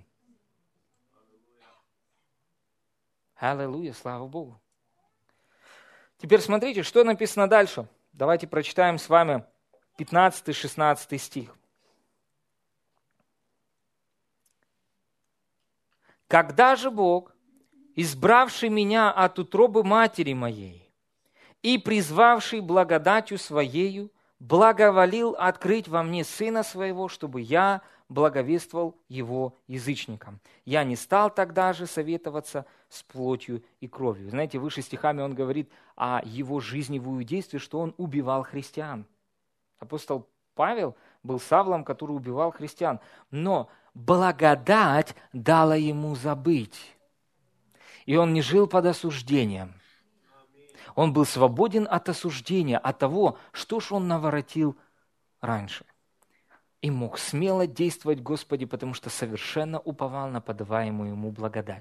Аллилуйя, слава Богу. Теперь смотрите, что написано дальше. Давайте прочитаем с вами пятнадцатый-шестнадцатый стих. «Когда же Бог, избравший меня от утробы матери моей и призвавший благодатью Своею, благоволил открыть во мне Сына Своего, чтобы я благовествовал Его язычникам. Я не стал тогда же советоваться с плотью и кровью». Знаете, выше стихами он говорит о его жизни в иудействе, что он убивал христиан. Апостол Павел был Савлом, который убивал христиан. Но благодать дала ему забыть. И он не жил под осуждением. Он был свободен от осуждения, от того, что ж он наворотил раньше. И мог смело действовать Господи, потому что совершенно уповал на подаваемую ему благодать.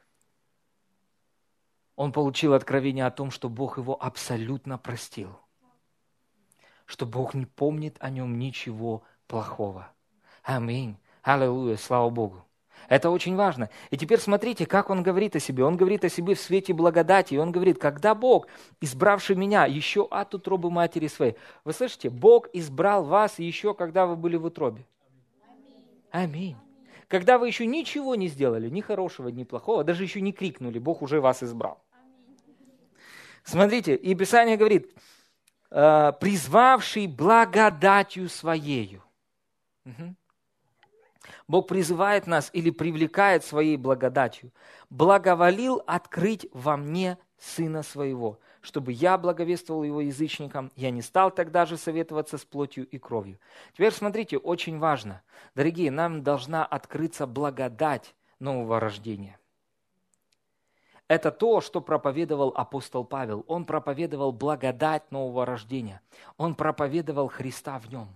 Он получил откровение о том, что Бог его абсолютно простил. Что Бог не помнит о нем ничего плохого. Аминь. Аллилуйя, слава Богу. Это очень важно. И теперь смотрите, как он говорит о себе. Он говорит о себе в свете благодати. И он говорит: когда Бог, избравший меня еще от утробы матери своей. Вы слышите? Бог избрал вас еще, когда вы были в утробе. Аминь. Когда вы еще ничего не сделали, ни хорошего, ни плохого, даже еще не крикнули, Бог уже вас избрал. Смотрите, и Писание говорит: э, призвавший благодатью Своею. Угу. Бог призывает нас или привлекает Своей благодатью. Благоволил открыть во мне Сына Своего, чтобы я благовествовал Его язычникам. Я не стал тогда же советоваться с плотью и кровью. Теперь смотрите, очень важно. Дорогие, нам должна открыться благодать нового рождения. Это то, что проповедовал апостол Павел. Он проповедовал благодать нового рождения. Он проповедовал Христа в нем.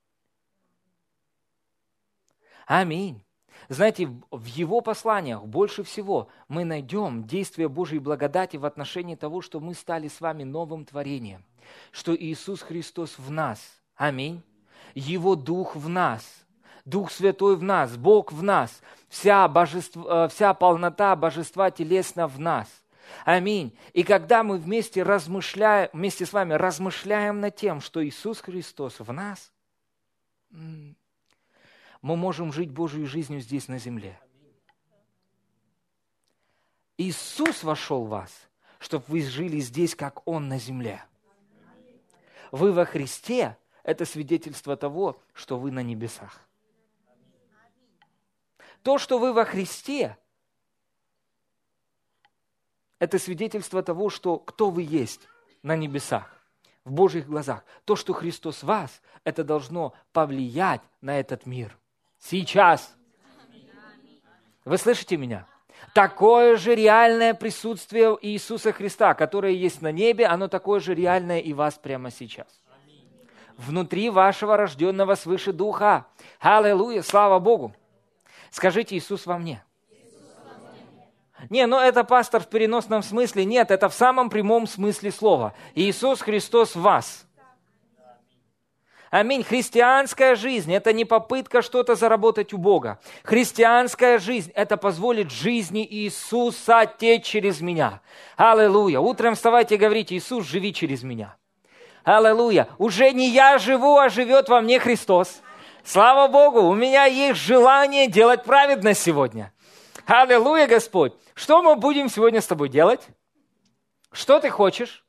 Аминь. Знаете, в его посланиях больше всего мы найдем действие Божьей благодати в отношении того, что мы стали с вами новым творением, что Иисус Христос в нас. Аминь. Его Дух в нас. Дух Святой в нас, Бог в нас, вся, божество, вся полнота Божества телесно в нас. Аминь. И когда мы вместе размышляем, вместе с вами размышляем над тем, что Иисус Христос в нас, мы можем жить Божьей жизнью здесь на земле. Иисус вошел в вас, чтобы вы жили здесь, как Он на земле. Вы во Христе – это свидетельство того, что вы на небесах. То, что вы во Христе, это свидетельство того, что кто вы есть на небесах, в Божьих глазах. То, что Христос в вас, это должно повлиять на этот мир. Сейчас. Вы слышите меня? Такое же реальное присутствие Иисуса Христа, которое есть на небе, оно такое же реальное и вас прямо сейчас. Внутри вашего рожденного свыше Духа. Аллилуйя, слава Богу. Скажите: Иисус во мне. Не, ну это, пастор, в переносном смысле. Нет, это в самом прямом смысле слова. Иисус Христос в вас. Аминь. Христианская жизнь – это не попытка что-то заработать у Бога. Христианская жизнь – это позволить жизни Иисуса течь через меня. Аллилуйя. Утром вставайте и говорите: Иисус, живи через меня. Аллилуйя. Уже не я живу, а живет во мне Христос. Слава Богу, у меня есть желание делать праведность сегодня. Аллилуйя, Господь. Что мы будем сегодня с тобой делать? Что ты хочешь?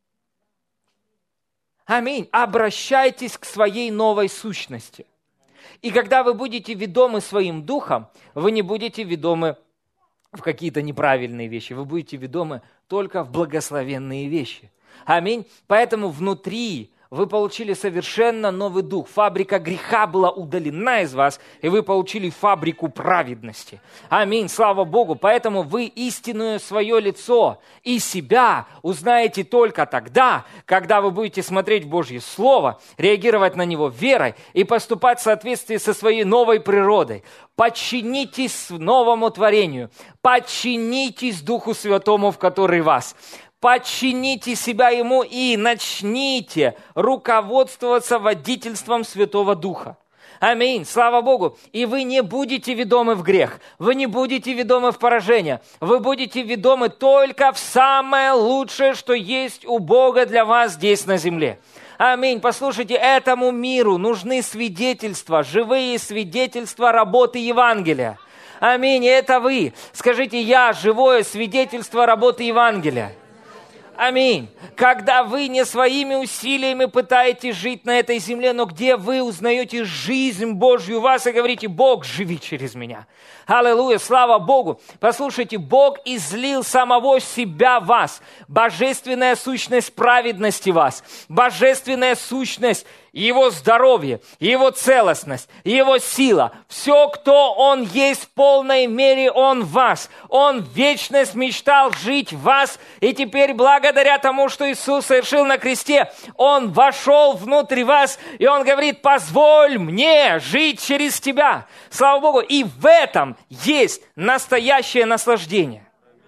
Аминь. Обращайтесь к своей новой сущности. И когда вы будете ведомы своим духом, вы не будете ведомы в какие-то неправильные вещи. Вы будете ведомы только в благословенные вещи. Аминь. Поэтому внутри вы получили совершенно новый дух. Фабрика греха была удалена из вас, и вы получили фабрику праведности. Аминь, слава Богу. Поэтому вы истинное свое лицо и себя узнаете только тогда, когда вы будете смотреть в Божье Слово, реагировать на него верой и поступать в соответствии со своей новой природой. Подчинитесь новому творению, подчинитесь Духу Святому, в который вас. Подчините себя Ему и начните руководствоваться водительством Святого Духа. Аминь. Слава Богу. И вы не будете ведомы в грех. Вы не будете ведомы в поражение. Вы будете ведомы только в самое лучшее, что есть у Бога для вас здесь на земле. Аминь. Послушайте, этому миру нужны свидетельства, живые свидетельства работы Евангелия. Аминь. И это вы. Скажите: я живое свидетельство работы Евангелия. Аминь. Когда вы не своими усилиями пытаетесь жить на этой земле, но где вы узнаете жизнь Божью в вас и говорите: Бог, живи через меня. Аллилуйя, слава Богу. Послушайте, Бог излил самого себя в вас. Божественная сущность праведности в вас. Божественная сущность Его здоровье, Его целостность, Его сила. Все, кто Он есть в полной мере, Он в вас. Он в вечность мечтал жить в вас. И теперь, благодаря тому, что Иисус совершил на кресте, Он вошел внутрь вас. И Он говорит: позволь мне жить через тебя. Слава Богу. И в этом есть настоящее наслаждение.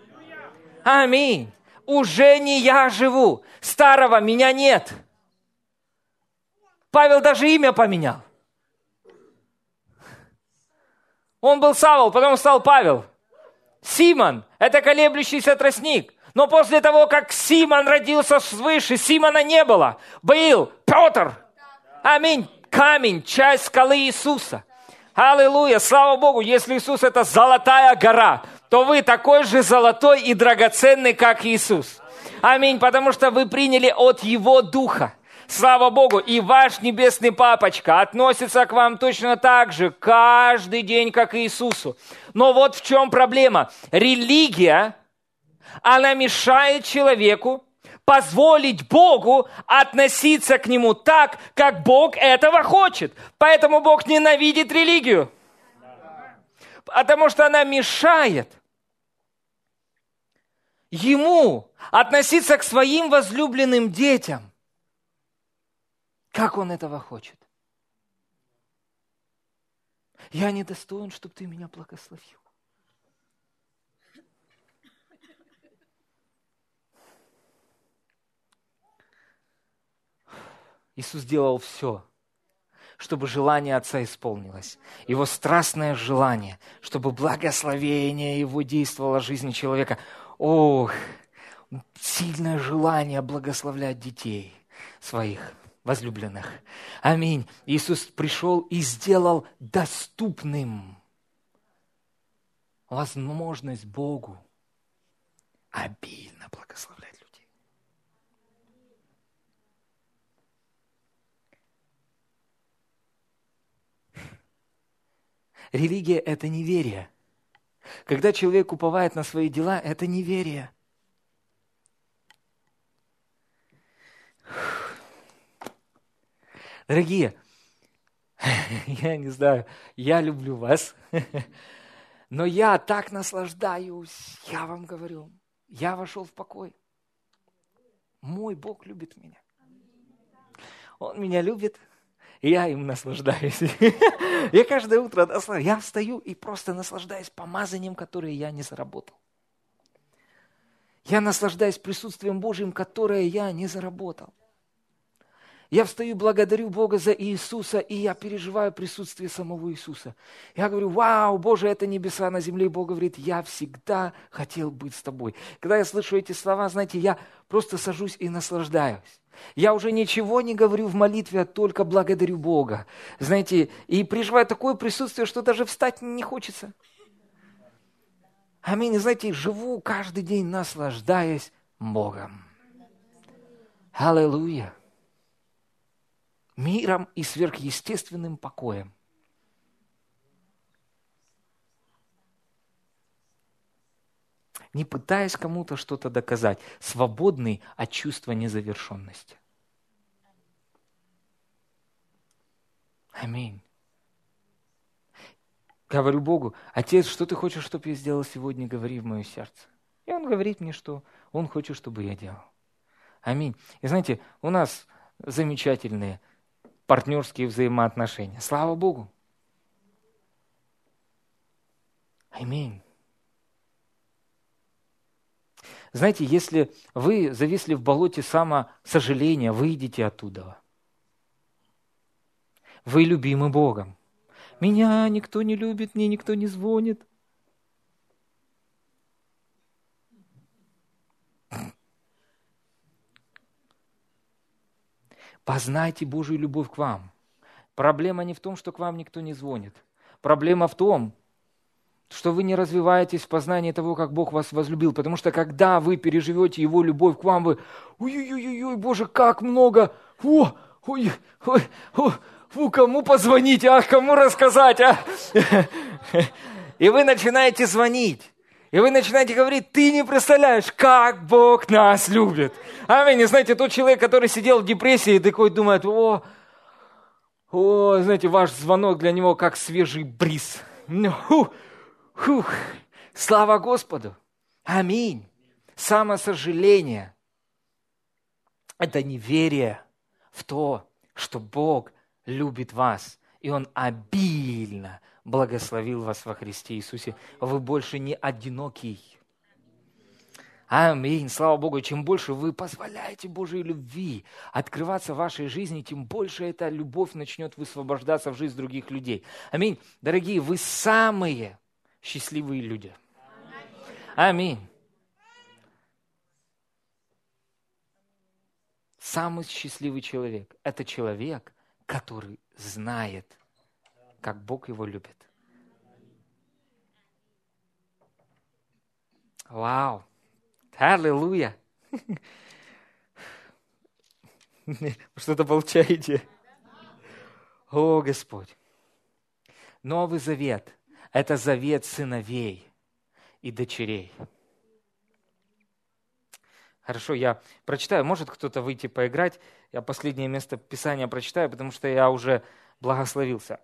Аминь. Уже не я живу. Старого меня нет. Павел даже имя поменял. Он был Савл, потом стал Павел. Симон – это колеблющийся тростник. Но после того, как Симон родился свыше, Симона не было. Был Петр. Аминь. Камень, часть скалы Иисуса. Аллилуйя. Слава Богу. Если Иисус – это золотая гора, то вы такой же золотой и драгоценный, как Иисус. Аминь. Потому что вы приняли от Его Духа. Слава Богу, и ваш небесный папочка относится к вам точно так же каждый день, как и Иисусу. Но вот в чем проблема. Религия, она мешает человеку позволить Богу относиться к Нему так, как Бог этого хочет. Поэтому Бог ненавидит религию. Потому что она мешает Ему относиться к своим возлюбленным детям, как Он этого хочет. Я недостоин, чтобы ты меня благословил. Иисус делал все, чтобы желание Отца исполнилось. Его страстное желание, чтобы благословение Его действовало в жизни человека. Ох, сильное желание благословлять детей своих возлюбленных. Аминь. Иисус пришел и сделал доступным возможность Богу обильно благословлять людей. Религия – это неверие. Когда человек уповает на свои дела, это неверие. Дорогие, я не знаю, я люблю вас, но я так наслаждаюсь, я вам говорю, я вошел в покой. Мой Бог любит меня. Он меня любит, и я им наслаждаюсь. Я каждое утро наслаждаюсь. Я встаю и просто наслаждаюсь помазанием, которое я не заработал. Я наслаждаюсь присутствием Божьим, которое я не заработал. Я встаю, благодарю Бога за Иисуса, и я переживаю присутствие самого Иисуса. Я говорю, вау, Боже, это небеса на земле. И Бог говорит, я всегда хотел быть с тобой. Когда я слышу эти слова, знаете, я просто сажусь и наслаждаюсь. Я уже ничего не говорю в молитве, а только благодарю Бога. Знаете, и переживаю такое присутствие, что даже встать не хочется. Аминь. И знаете, живу каждый день, наслаждаясь Богом. Аллилуйя. Миром и сверхъестественным покоем. Не пытаясь кому-то что-то доказать, свободный от чувства незавершенности. Аминь. Говорю Богу, Отец, что ты хочешь, чтобы я сделал сегодня, говори в мое сердце. И Он говорит мне, что Он хочет, чтобы я делал. Аминь. И знаете, у нас замечательные партнерские взаимоотношения. Слава Богу. Аминь. Знаете, если вы зависли в болоте самосожаления, выйдите оттуда. Вы любимы Богом. Меня никто не любит, мне никто не звонит. Познайте Божию любовь к вам. Проблема не в том, что к вам никто не звонит. Проблема в том, что вы не развиваетесь в познании того, как Бог вас возлюбил. Потому что когда вы переживете Его любовь к вам, вы ой-ой-ой, Боже, как много! О, ой, ой, ой, фу, кому позвонить, а кому рассказать, а? И вы начинаете звонить. И вы начинаете говорить, ты не представляешь, как Бог нас любит. Аминь. И знаете, тот человек, который сидел в депрессии, такой думает, о, о, знаете, ваш звонок для него как свежий бриз. Фух, фух. Слава Господу. Аминь. Самосожаление – это неверие в то, что Бог любит вас. И Он обильно благословил вас во Христе Иисусе. Вы больше не одинокий. Аминь. Слава Богу. Чем больше вы позволяете Божьей любви открываться в вашей жизни, тем больше эта любовь начнет высвобождаться в жизнь других людей. Аминь. Дорогие, вы самые счастливые люди. Аминь. Самый счастливый человек – это человек, который знает, как Бог его любит. Вау! Аллилуйя! Что-то получаете? О, Господь! Новый завет – это завет сыновей и дочерей. Хорошо, я прочитаю. Может кто-то выйти поиграть? Я последнее место Писания прочитаю, потому что я уже благословился.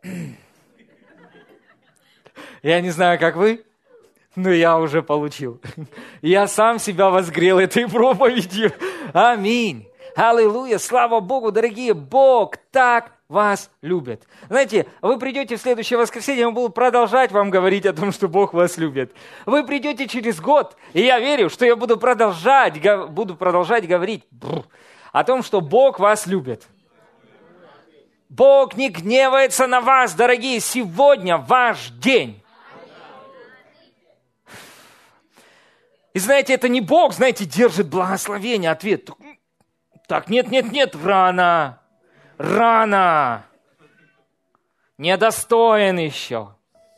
Я не знаю, как вы, но я уже получил. Я сам себя возгрел этой проповедью. Аминь. Аллилуйя. Слава Богу, дорогие. Бог так вас любит. Знаете, вы придете в следующее воскресенье, я буду продолжать вам говорить о том, что Бог вас любит. Вы придете через год, и я верю, что я буду продолжать, буду продолжать говорить о том, что Бог вас любит. Бог не гневается на вас, дорогие. Сегодня ваш день. И знаете, это не Бог, знаете, держит благословение. Ответ. Так, нет, нет, нет, рано. Рано. Недостоин еще.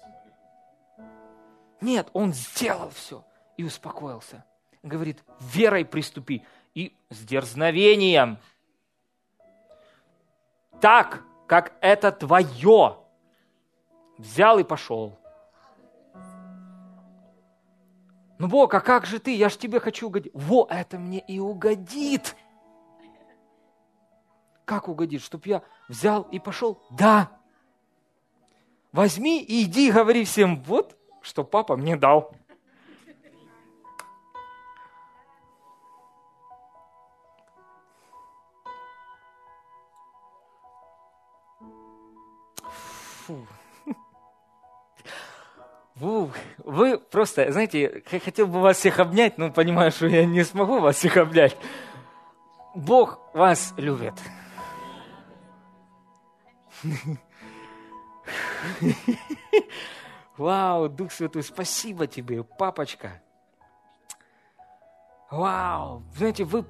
Нет, он сделал все и успокоился. Говорит, верой приступи и с дерзновением. Так, как это твое. Взял и пошел. Ну, Бог, а как же ты? Я ж тебе хочу угодить. Во, это мне и угодит. Как угодит? Чтоб я взял и пошел? Да. Возьми и иди, говори всем, вот, что папа мне дал. Фу. Фу. Вы просто, знаете, я хотел бы вас всех обнять, но понимаю, что я не смогу вас всех обнять. Бог вас любит. Вау, Дух Святой, спасибо тебе, папочка. Вау, знаете, вы...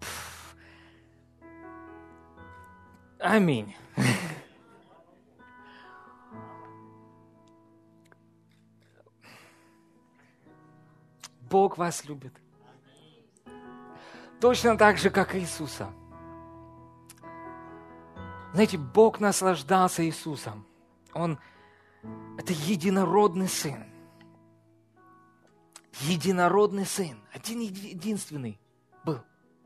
Аминь. Бог вас любит. Точно так же, как и Иисуса. Знаете, Бог наслаждался Иисусом. Он, это единородный Сын. Единородный Сын. Один единственный был.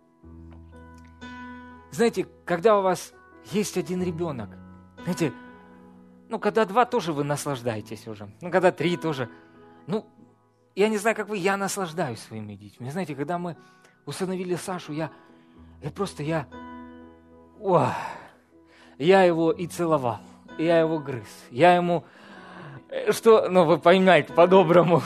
Знаете, когда у вас есть один ребенок, знаете, ну, когда два, тоже вы наслаждаетесь уже. Ну, когда три, тоже. Ну, я не знаю, как вы, я наслаждаюсь своими детьми. Знаете, когда мы усыновили Сашу, я, я просто, я, о, я его и целовал, я его грыз, я ему, что, ну, вы понимаете, по-доброму.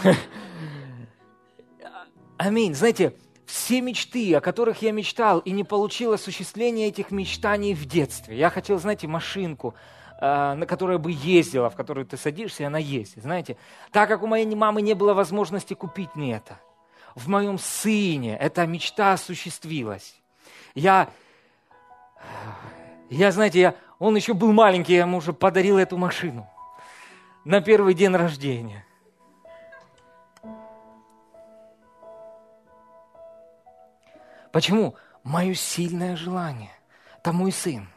Аминь. Знаете, все мечты, о которых я мечтал и не получил осуществления этих мечтаний в детстве. Я хотел, знаете, машинку, на которой бы ездила, в которую ты садишься, и она ездит. Знаете, так как у моей мамы не было возможности купить мне это, в моем сыне эта мечта осуществилась. Я, я, знаете, я, он еще был маленький, я ему уже подарил эту машину на первый день рождения. Почему? Мое сильное желание. Это мой сын.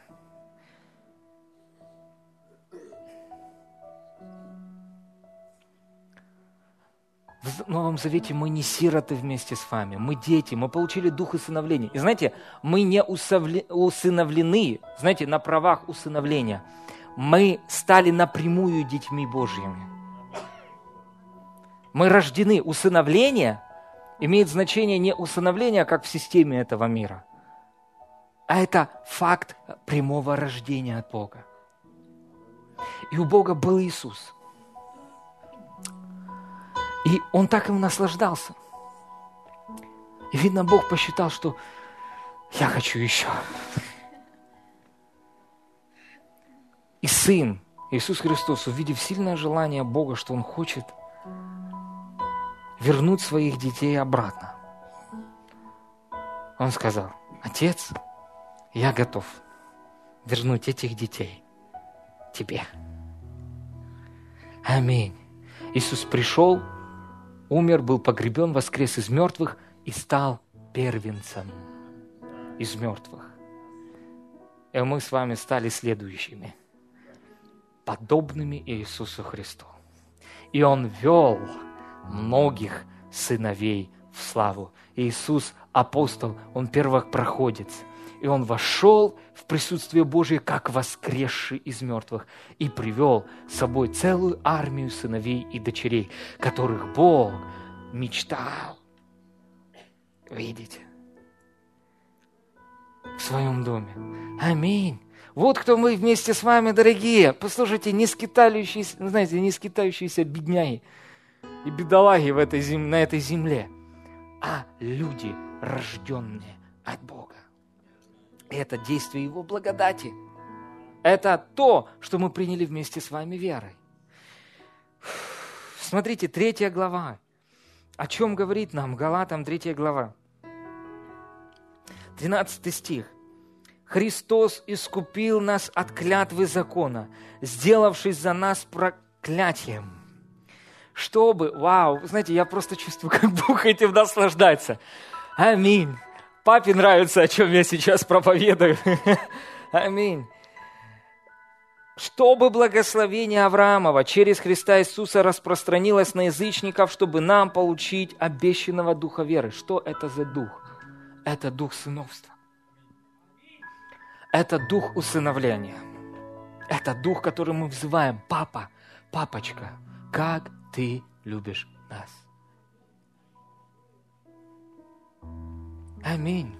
В Новом Завете мы не сироты вместе с вами, мы дети, мы получили дух усыновления. И знаете, мы не усыновлены, знаете, на правах усыновления. Мы стали напрямую детьми Божьими. Мы рождены. Усыновление имеет значение не усыновления, как в системе этого мира, а это факт прямого рождения от Бога. И у Бога был Иисус. И Он так им наслаждался. И, видно, Бог посчитал, что я хочу еще. И Сын, Иисус Христос, увидев сильное желание Бога, что Он хочет вернуть своих детей обратно, Он сказал: Отец, я готов вернуть этих детей тебе. Аминь. Иисус пришел, умер, был погребен, воскрес из мертвых и стал первенцем из мертвых. И мы с вами стали следующими, подобными Иисусу Христу. И Он вел многих сыновей в славу. Иисус апостол, Он первопроходец. И Он вошел в присутствие Божие, как воскресший из мертвых, и привел с собой целую армию сыновей и дочерей, которых Бог мечтал видеть в своем доме. Аминь. Вот кто мы вместе с вами, дорогие. Послушайте, не скитающиеся, знаете, не скитающиеся бедняги и бедолаги в этой зем... на этой земле, а люди, рожденные от Бога. И это действие Его благодати. Это то, что мы приняли вместе с вами верой. Смотрите, третья глава. О чем говорит нам Галатам третья глава? тринадцатый стих. «Христос искупил нас от клятвы закона, сделавшись за нас проклятием, чтобы...» Вау, знаете, я просто чувствую, как Бог этим наслаждается. Аминь. Папе нравится, о чем я сейчас проповедую. Аминь. «Чтобы благословение Авраамова через Христа Иисуса распространилось на язычников, чтобы нам получить обещанного духа веры». Что это за дух? Это дух сыновства. Это дух усыновления. Это дух, который мы взываем: «Папа, папочка, как ты любишь нас». Аминь.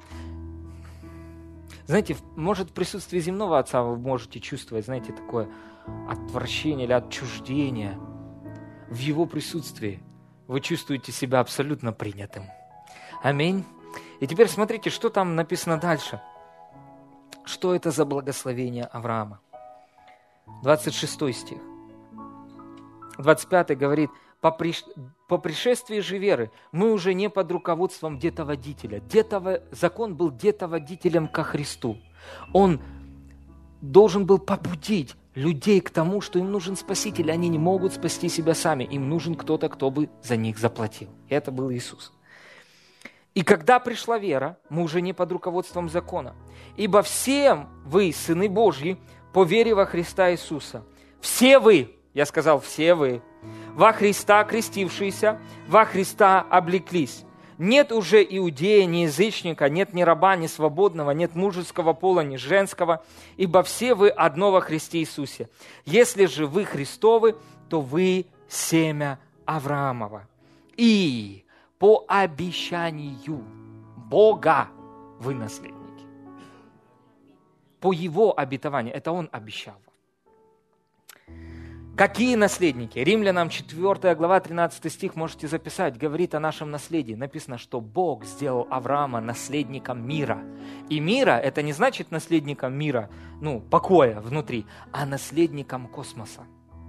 Знаете, может, в присутствии земного Отца вы можете чувствовать, знаете, такое отвращение или отчуждение. В Его присутствии вы чувствуете себя абсолютно принятым. Аминь. И теперь смотрите, что там написано дальше. Что это за благословение Авраама? двадцать шестой стих. двадцать пятый говорит: «По, приш... по пришествии же веры мы уже не под руководством детоводителя». Детово... Закон был детоводителем ко Христу. Он должен был побудить людей к тому, что им нужен Спаситель. Они не могут спасти себя сами. Им нужен кто-то, кто бы за них заплатил. И это был Иисус. «И когда пришла вера, мы уже не под руководством закона. Ибо всем вы, сыны Божьи, по вере во Христа Иисуса». Все вы, я сказал, все вы, во Христа крестившиеся, во Христа облеклись. Нет уже иудея, ни язычника, нет ни раба, ни свободного, нет мужеского пола, ни женского, ибо все вы одно во Христе Иисусе. Если же вы Христовы, то вы семя Авраамова. И по обещанию Бога вы наследники. По Его обетованию. Это Он обещал вам. Какие наследники? Римлянам четвёртая глава, тринадцатый стих можете записать. Говорит о нашем наследии. Написано, что Бог сделал Авраама наследником мира. И мира, это не значит наследником мира, ну, покоя внутри, а наследником космоса.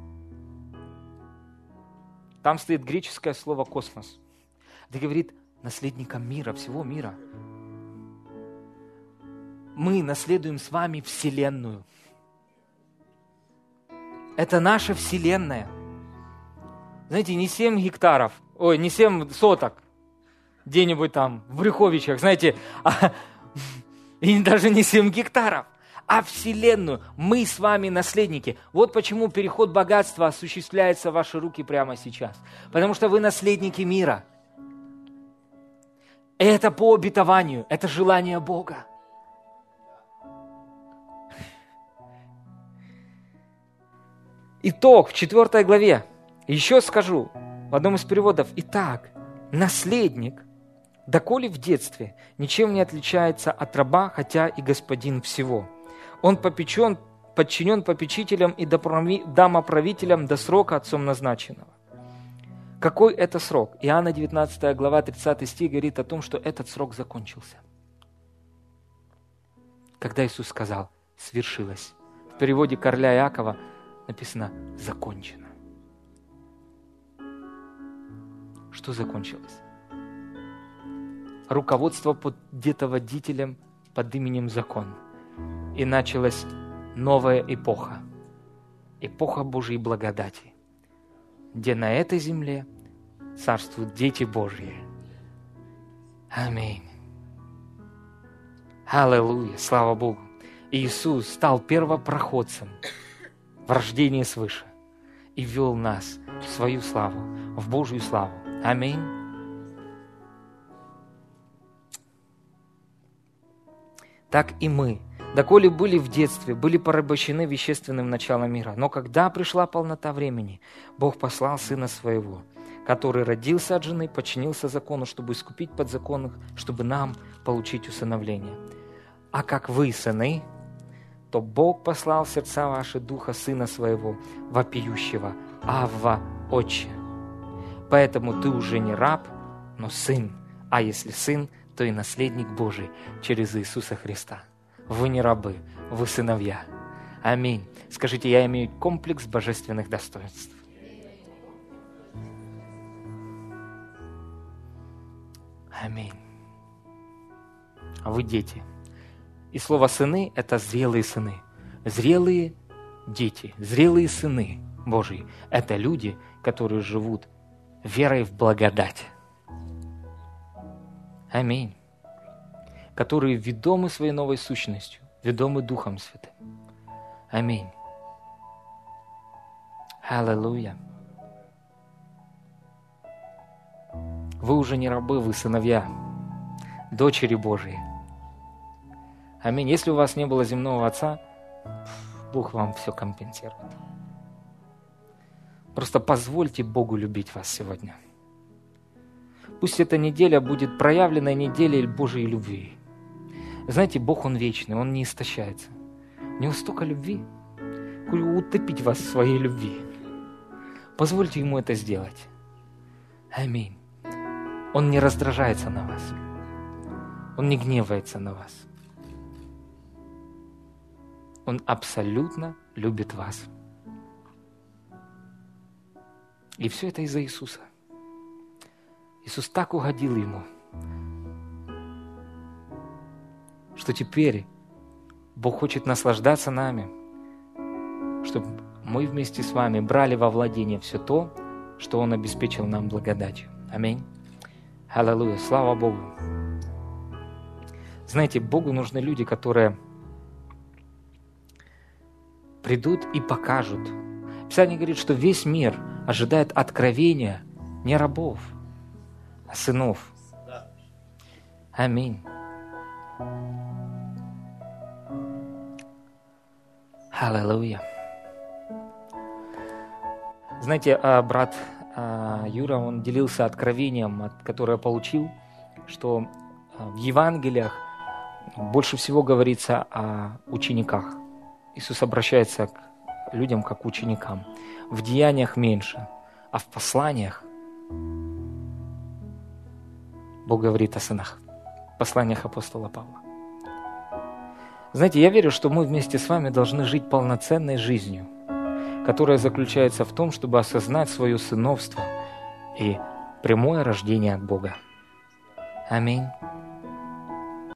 Там стоит греческое слово «космос». Это говорит наследником мира, всего мира. Мы наследуем с вами Вселенную. Это наша Вселенная. Знаете, не семь гектаров, ой, не семь соток, где-нибудь там в Брюховичах, знаете, а, и даже не семь гектаров, а Вселенную. Мы с вами наследники. Вот почему переход богатства осуществляется в ваши руки прямо сейчас. Потому что вы наследники мира. Это по обетованию, это желание Бога. Итог в четвёртой главе. Еще скажу в одном из переводов. Итак, наследник, доколе в детстве, ничем не отличается от раба, хотя и господин всего. Он попечен, подчинен попечителям и домоправителям до срока отцом назначенного. Какой это срок? Иоанна девятнадцатая глава, тридцатый стих говорит о том, что этот срок закончился. Когда Иисус сказал: «Свершилось». В переводе Короля Иакова написано «закончено». Что закончилось? Руководство под детоводителем под именем закон. И началась новая эпоха. Эпоха Божьей благодати, где на этой земле царствуют дети Божьи. Аминь. Аллилуйя, слава Богу. Иисус стал первопроходцем в рождении свыше и ввел нас в свою славу, в Божью славу. Аминь. Так и мы, доколе были в детстве, были порабощены вещественным началом мира. Но когда пришла полнота времени, Бог послал Сына Своего, который родился от жены, подчинился закону, чтобы искупить подзаконных, чтобы нам получить усыновление. А как вы сыны, то Бог послал в сердца ваши Духа Сына Своего, вопиющего: «Авва, Отче». Поэтому ты уже не раб, но сын, а если сын, то и наследник Божий через Иисуса Христа. Вы не рабы, вы сыновья. Аминь. Скажите, я имею комплекс божественных достоинств. Аминь. А вы дети. И слово «сыны» — это зрелые сыны. Зрелые дети, зрелые сыны Божьи — это люди, которые живут верой в благодать. Аминь. Которые ведомы своей новой сущностью, ведомы Духом Святым. Аминь. Аллилуйя. Вы уже не рабы, вы сыновья, дочери Божьи. Аминь. Если у вас не было земного отца, Бог вам все компенсирует. Просто позвольте Богу любить вас сегодня. Пусть эта неделя будет проявленной неделей Божьей любви. Знаете, Бог, Он вечный, Он не истощается. У Него столько любви, утопить вас в своей любви. Позвольте Ему это сделать. Аминь. Он не раздражается на вас. Он не гневается на вас. Он абсолютно любит вас. И все это из-за Иисуса. Иисус так угодил Ему, что теперь Бог хочет наслаждаться нами, чтобы мы вместе с вами брали во владение все то, что Он обеспечил нам благодатью. Аминь. Аллилуйя. Слава Богу. Знаете, Богу нужны люди, которые придут и покажут. Писание говорит, что весь мир ожидает откровения не рабов, а сынов. Аминь. Аллилуйя. Знаете, брат Юра, он делился откровением, которое получил, что в Евангелиях больше всего говорится о учениках. Иисус обращается к людям как к ученикам. В деяниях меньше, а в посланиях Бог говорит о сынах. В посланиях апостола Павла. Знаете, я верю, что мы вместе с вами должны жить полноценной жизнью, которая заключается в том, чтобы осознать свое сыновство и прямое рождение от Бога. Аминь.